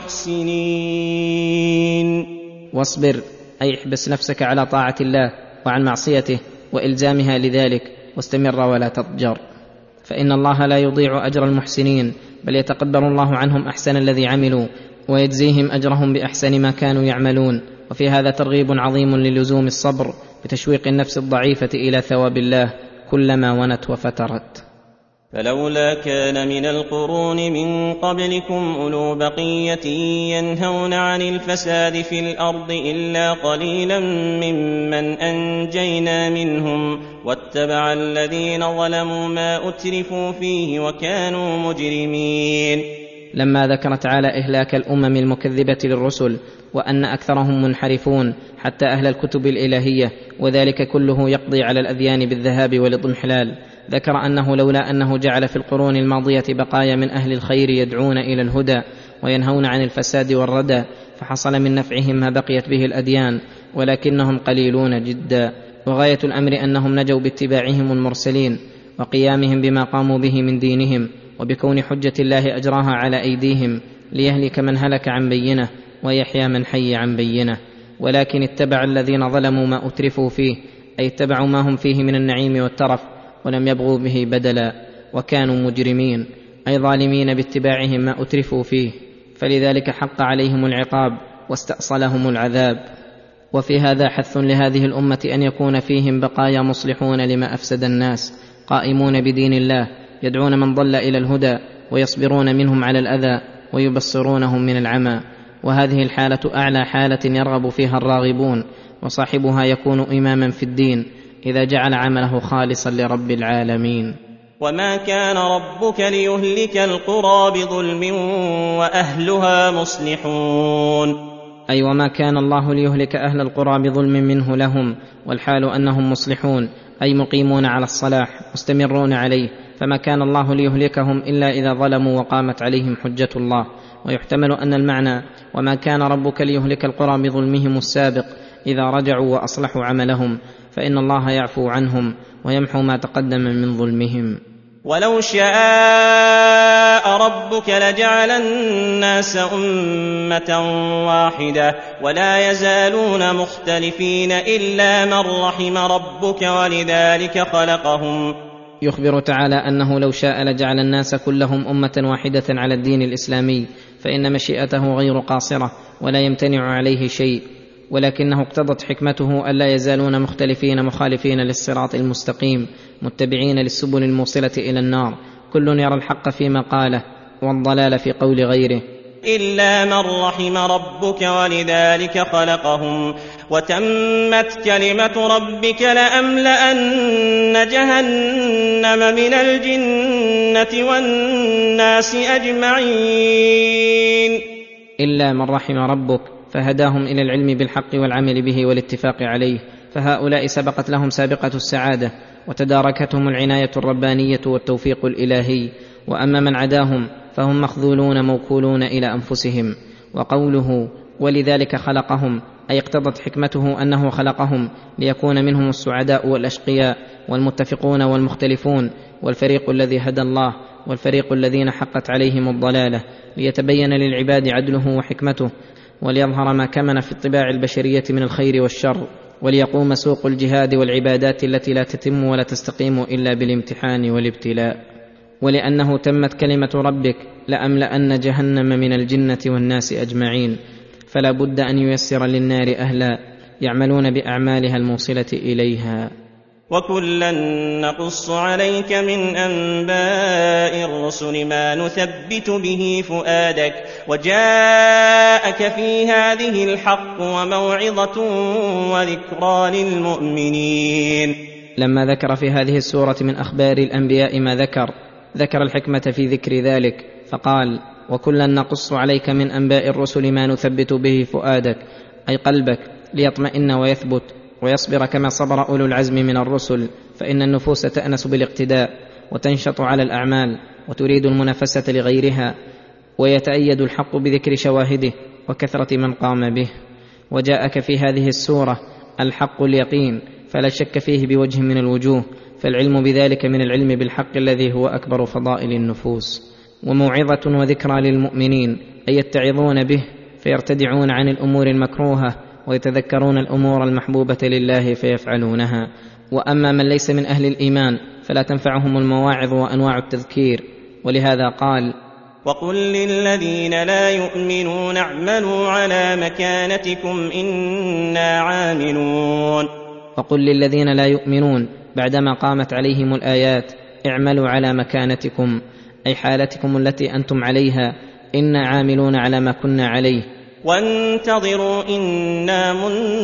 B: المحسنين.
C: واصبر، أي احبس نفسك على طاعة الله وعن معصيته وإلزامها لذلك، واستمر ولا تضجر، فإن الله لا يضيع أجر المحسنين، بل يتقبل الله عنهم أحسن الذي عملوا ويجزيهم أجرهم بأحسن ما كانوا يعملون. وفي هذا ترغيب عظيم للزوم الصبر بتشويق النفس الضعيفة إلى ثواب الله كلما ونت وفترت.
B: فلولا كان من القرون من قبلكم أولو بقية ينهون عن الفساد في الأرض إلا قليلا ممن أنجينا منهم واتبع الذين ظلموا ما أترفوا فيه وكانوا مجرمين.
C: لما ذكر تعالى إهلاك الأمم المكذبة للرسل وأن أكثرهم منحرفون حتى أهل الكتب الإلهية، وذلك كله يقضي على الأذيان بالذهاب والاضمحلال، ذكر أنه لولا أنه جعل في القرون الماضية بقايا من أهل الخير يدعون إلى الهدى وينهون عن الفساد والردى فحصل من نفعهم ما بقيت به الأديان، ولكنهم قليلون جدا. وغاية الأمر أنهم نجوا باتباعهم المرسلين وقيامهم بما قاموا به من دينهم، وبكون حجة الله أجراها على أيديهم ليهلك من هلك عن بينه ويحيى من حي عن بينه. ولكن اتبع الذين ظلموا ما أترفوا فيه، أي اتبعوا ما هم فيه من النعيم والترف ولم يبغوا به بدلا، وكانوا مجرمين، أي ظالمين باتباعهم ما أترفوا فيه، فلذلك حق عليهم العقاب واستأصلهم العذاب. وفي هذا حث لهذه الأمة أن يكون فيهم بقايا مصلحون لما أفسد الناس، قائمون بدين الله، يدعون من ضل إلى الهدى ويصبرون منهم على الأذى ويبصرونهم من العمى. وهذه الحالة أعلى حالة يرغب فيها الراغبون، وصاحبها يكون إماما في الدين إذا جعل عمله خالصا لرب العالمين.
B: وما كان ربك ليهلك القرى بظلم وأهلها مصلحون،
C: أي وما كان الله ليهلك أهل القرى بظلم منه لهم، والحال أنهم مصلحون، أي مقيمون على الصلاح مستمرون عليه، فما كان الله ليهلكهم إلا إذا ظلموا وقامت عليهم حجة الله. ويحتمل أن المعنى وما كان ربك ليهلك القرى بظلمهم السابق إذا رجعوا وأصلحوا عملهم، فإن الله يعفو عنهم ويمحو ما تقدم من ظلمهم.
B: ولو شاء ربك لجعل الناس أمة واحدة ولا يزالون مختلفين إلا من رحم ربك ولذلك خلقهم.
C: يخبر تعالى أنه لو شاء لجعل الناس كلهم أمة واحدة على الدين الإسلامي، فإن مشيئته غير قاصرة ولا يمتنع عليه شيء، ولكنه اقتضت حكمته ألا يزالون مختلفين مخالفين للصراط المستقيم متبعين للسبل الموصلة إلى النار، كل يرى الحق في مقاله والضلال في قول غيره
B: إلا من رحم ربك ولذلك خلقهم. وتمت كلمة ربك لأملأن جهنم من الجنة والناس أجمعين.
C: إلا من رحم ربك، فهداهم إلى العلم بالحق والعمل به والاتفاق عليه، فهؤلاء سبقت لهم سابقة السعادة وتداركتهم العناية الربانية والتوفيق الإلهي، وأما من عداهم فهم مخذولون موكولون إلى أنفسهم. وقوله ولذلك خلقهم أي اقتضت حكمته أنه خلقهم ليكون منهم السعداء والأشقياء والمتفقون والمختلفون، والفريق الذي هدى الله والفريق الذين حقت عليهم الضلالة، ليتبين للعباد عدله وحكمته، وليظهر ما كمن في الطباع البشرية من الخير والشر، وليقوم سوق الجهاد والعبادات التي لا تتم ولا تستقيم إلا بالامتحان والابتلاء. ولأنه تمت كلمة ربك لأملأن جهنم من الجنة والناس أجمعين، فلا بد أن ييسر للنار أهلا يعملون بأعمالها الموصلة إليها.
B: وكلا نقص عليك من أنباء الرسل ما نثبت به فؤادك وجاءك في هذه الحق وموعظة وذكرى للمؤمنين.
C: لما ذكر في هذه السورة من أخبار الأنبياء ما ذكر، ذكر الحكمة في ذكر ذلك فقال وكلا نقص عليك من أنباء الرسل ما نثبت به فؤادك، أي قلبك، ليطمئن ويثبت ويصبر كما صبر أولو العزم من الرسل، فإن النفوس تأنس بالاقتداء وتنشط على الأعمال وتريد المنافسة لغيرها، ويتأيد الحق بذكر شواهده وكثرة من قام به. وجاءك في هذه السورة الحق اليقين فلا شك فيه بوجه من الوجوه، فالعلم بذلك من العلم بالحق الذي هو أكبر فضائل النفوس. وموعظة وذكرى للمؤمنين أي يتعظون به فيرتدعون عن الأمور المكروهة ويتذكرون الأمور المحبوبة لله فيفعلونها. وأما من ليس من أهل الإيمان فلا تنفعهم المواعظ وأنواع التذكير، ولهذا قال
B: وقل للذين لا يؤمنون اعملوا على مكانتكم إنا عاملون.
C: وقل للذين لا يؤمنون بعدما قامت عليهم الآيات اعملوا على مكانتكم، أي حالتكم التي أنتم عليها، إنا عاملون على ما كنا عليه.
B: وانتظروا إنا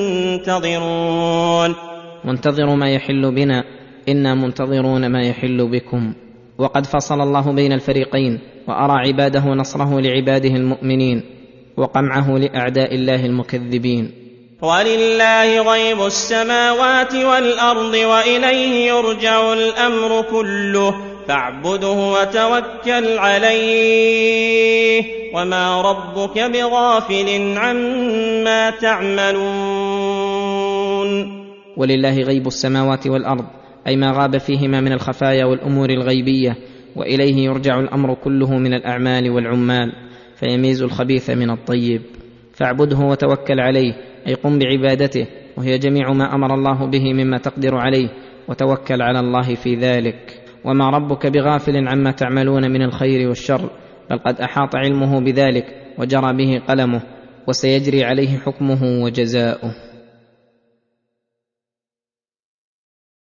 B: منتظرون.
C: وانتظروا ما يحل بنا إنا منتظرون ما يحل بكم. وقد فصل الله بين الفريقين وأرى عباده نصره لعباده المؤمنين وقمعه لأعداء الله المكذبين.
B: ولله غيب السماوات والأرض وإليه يرجع الأمر كله فاعبده وتوكل عليه وما ربك بغافل عما تعملون.
C: ولله غيب السماوات والأرض أي ما غاب فيهما من الخفايا والأمور الغيبية، وإليه يرجع الأمر كله من الأعمال والعمال، فيميز الخبيث من الطيب. فاعبده وتوكل عليه أي قم بعبادته، وهي جميع ما أمر الله به مما تقدر عليه، وتوكل على الله في ذلك. وما ربك بغافل عما تعملون من الخير والشر، بل قد أحاط علمه بذلك وجرى به قلمه، وسيجري عليه حكمه وجزاؤه.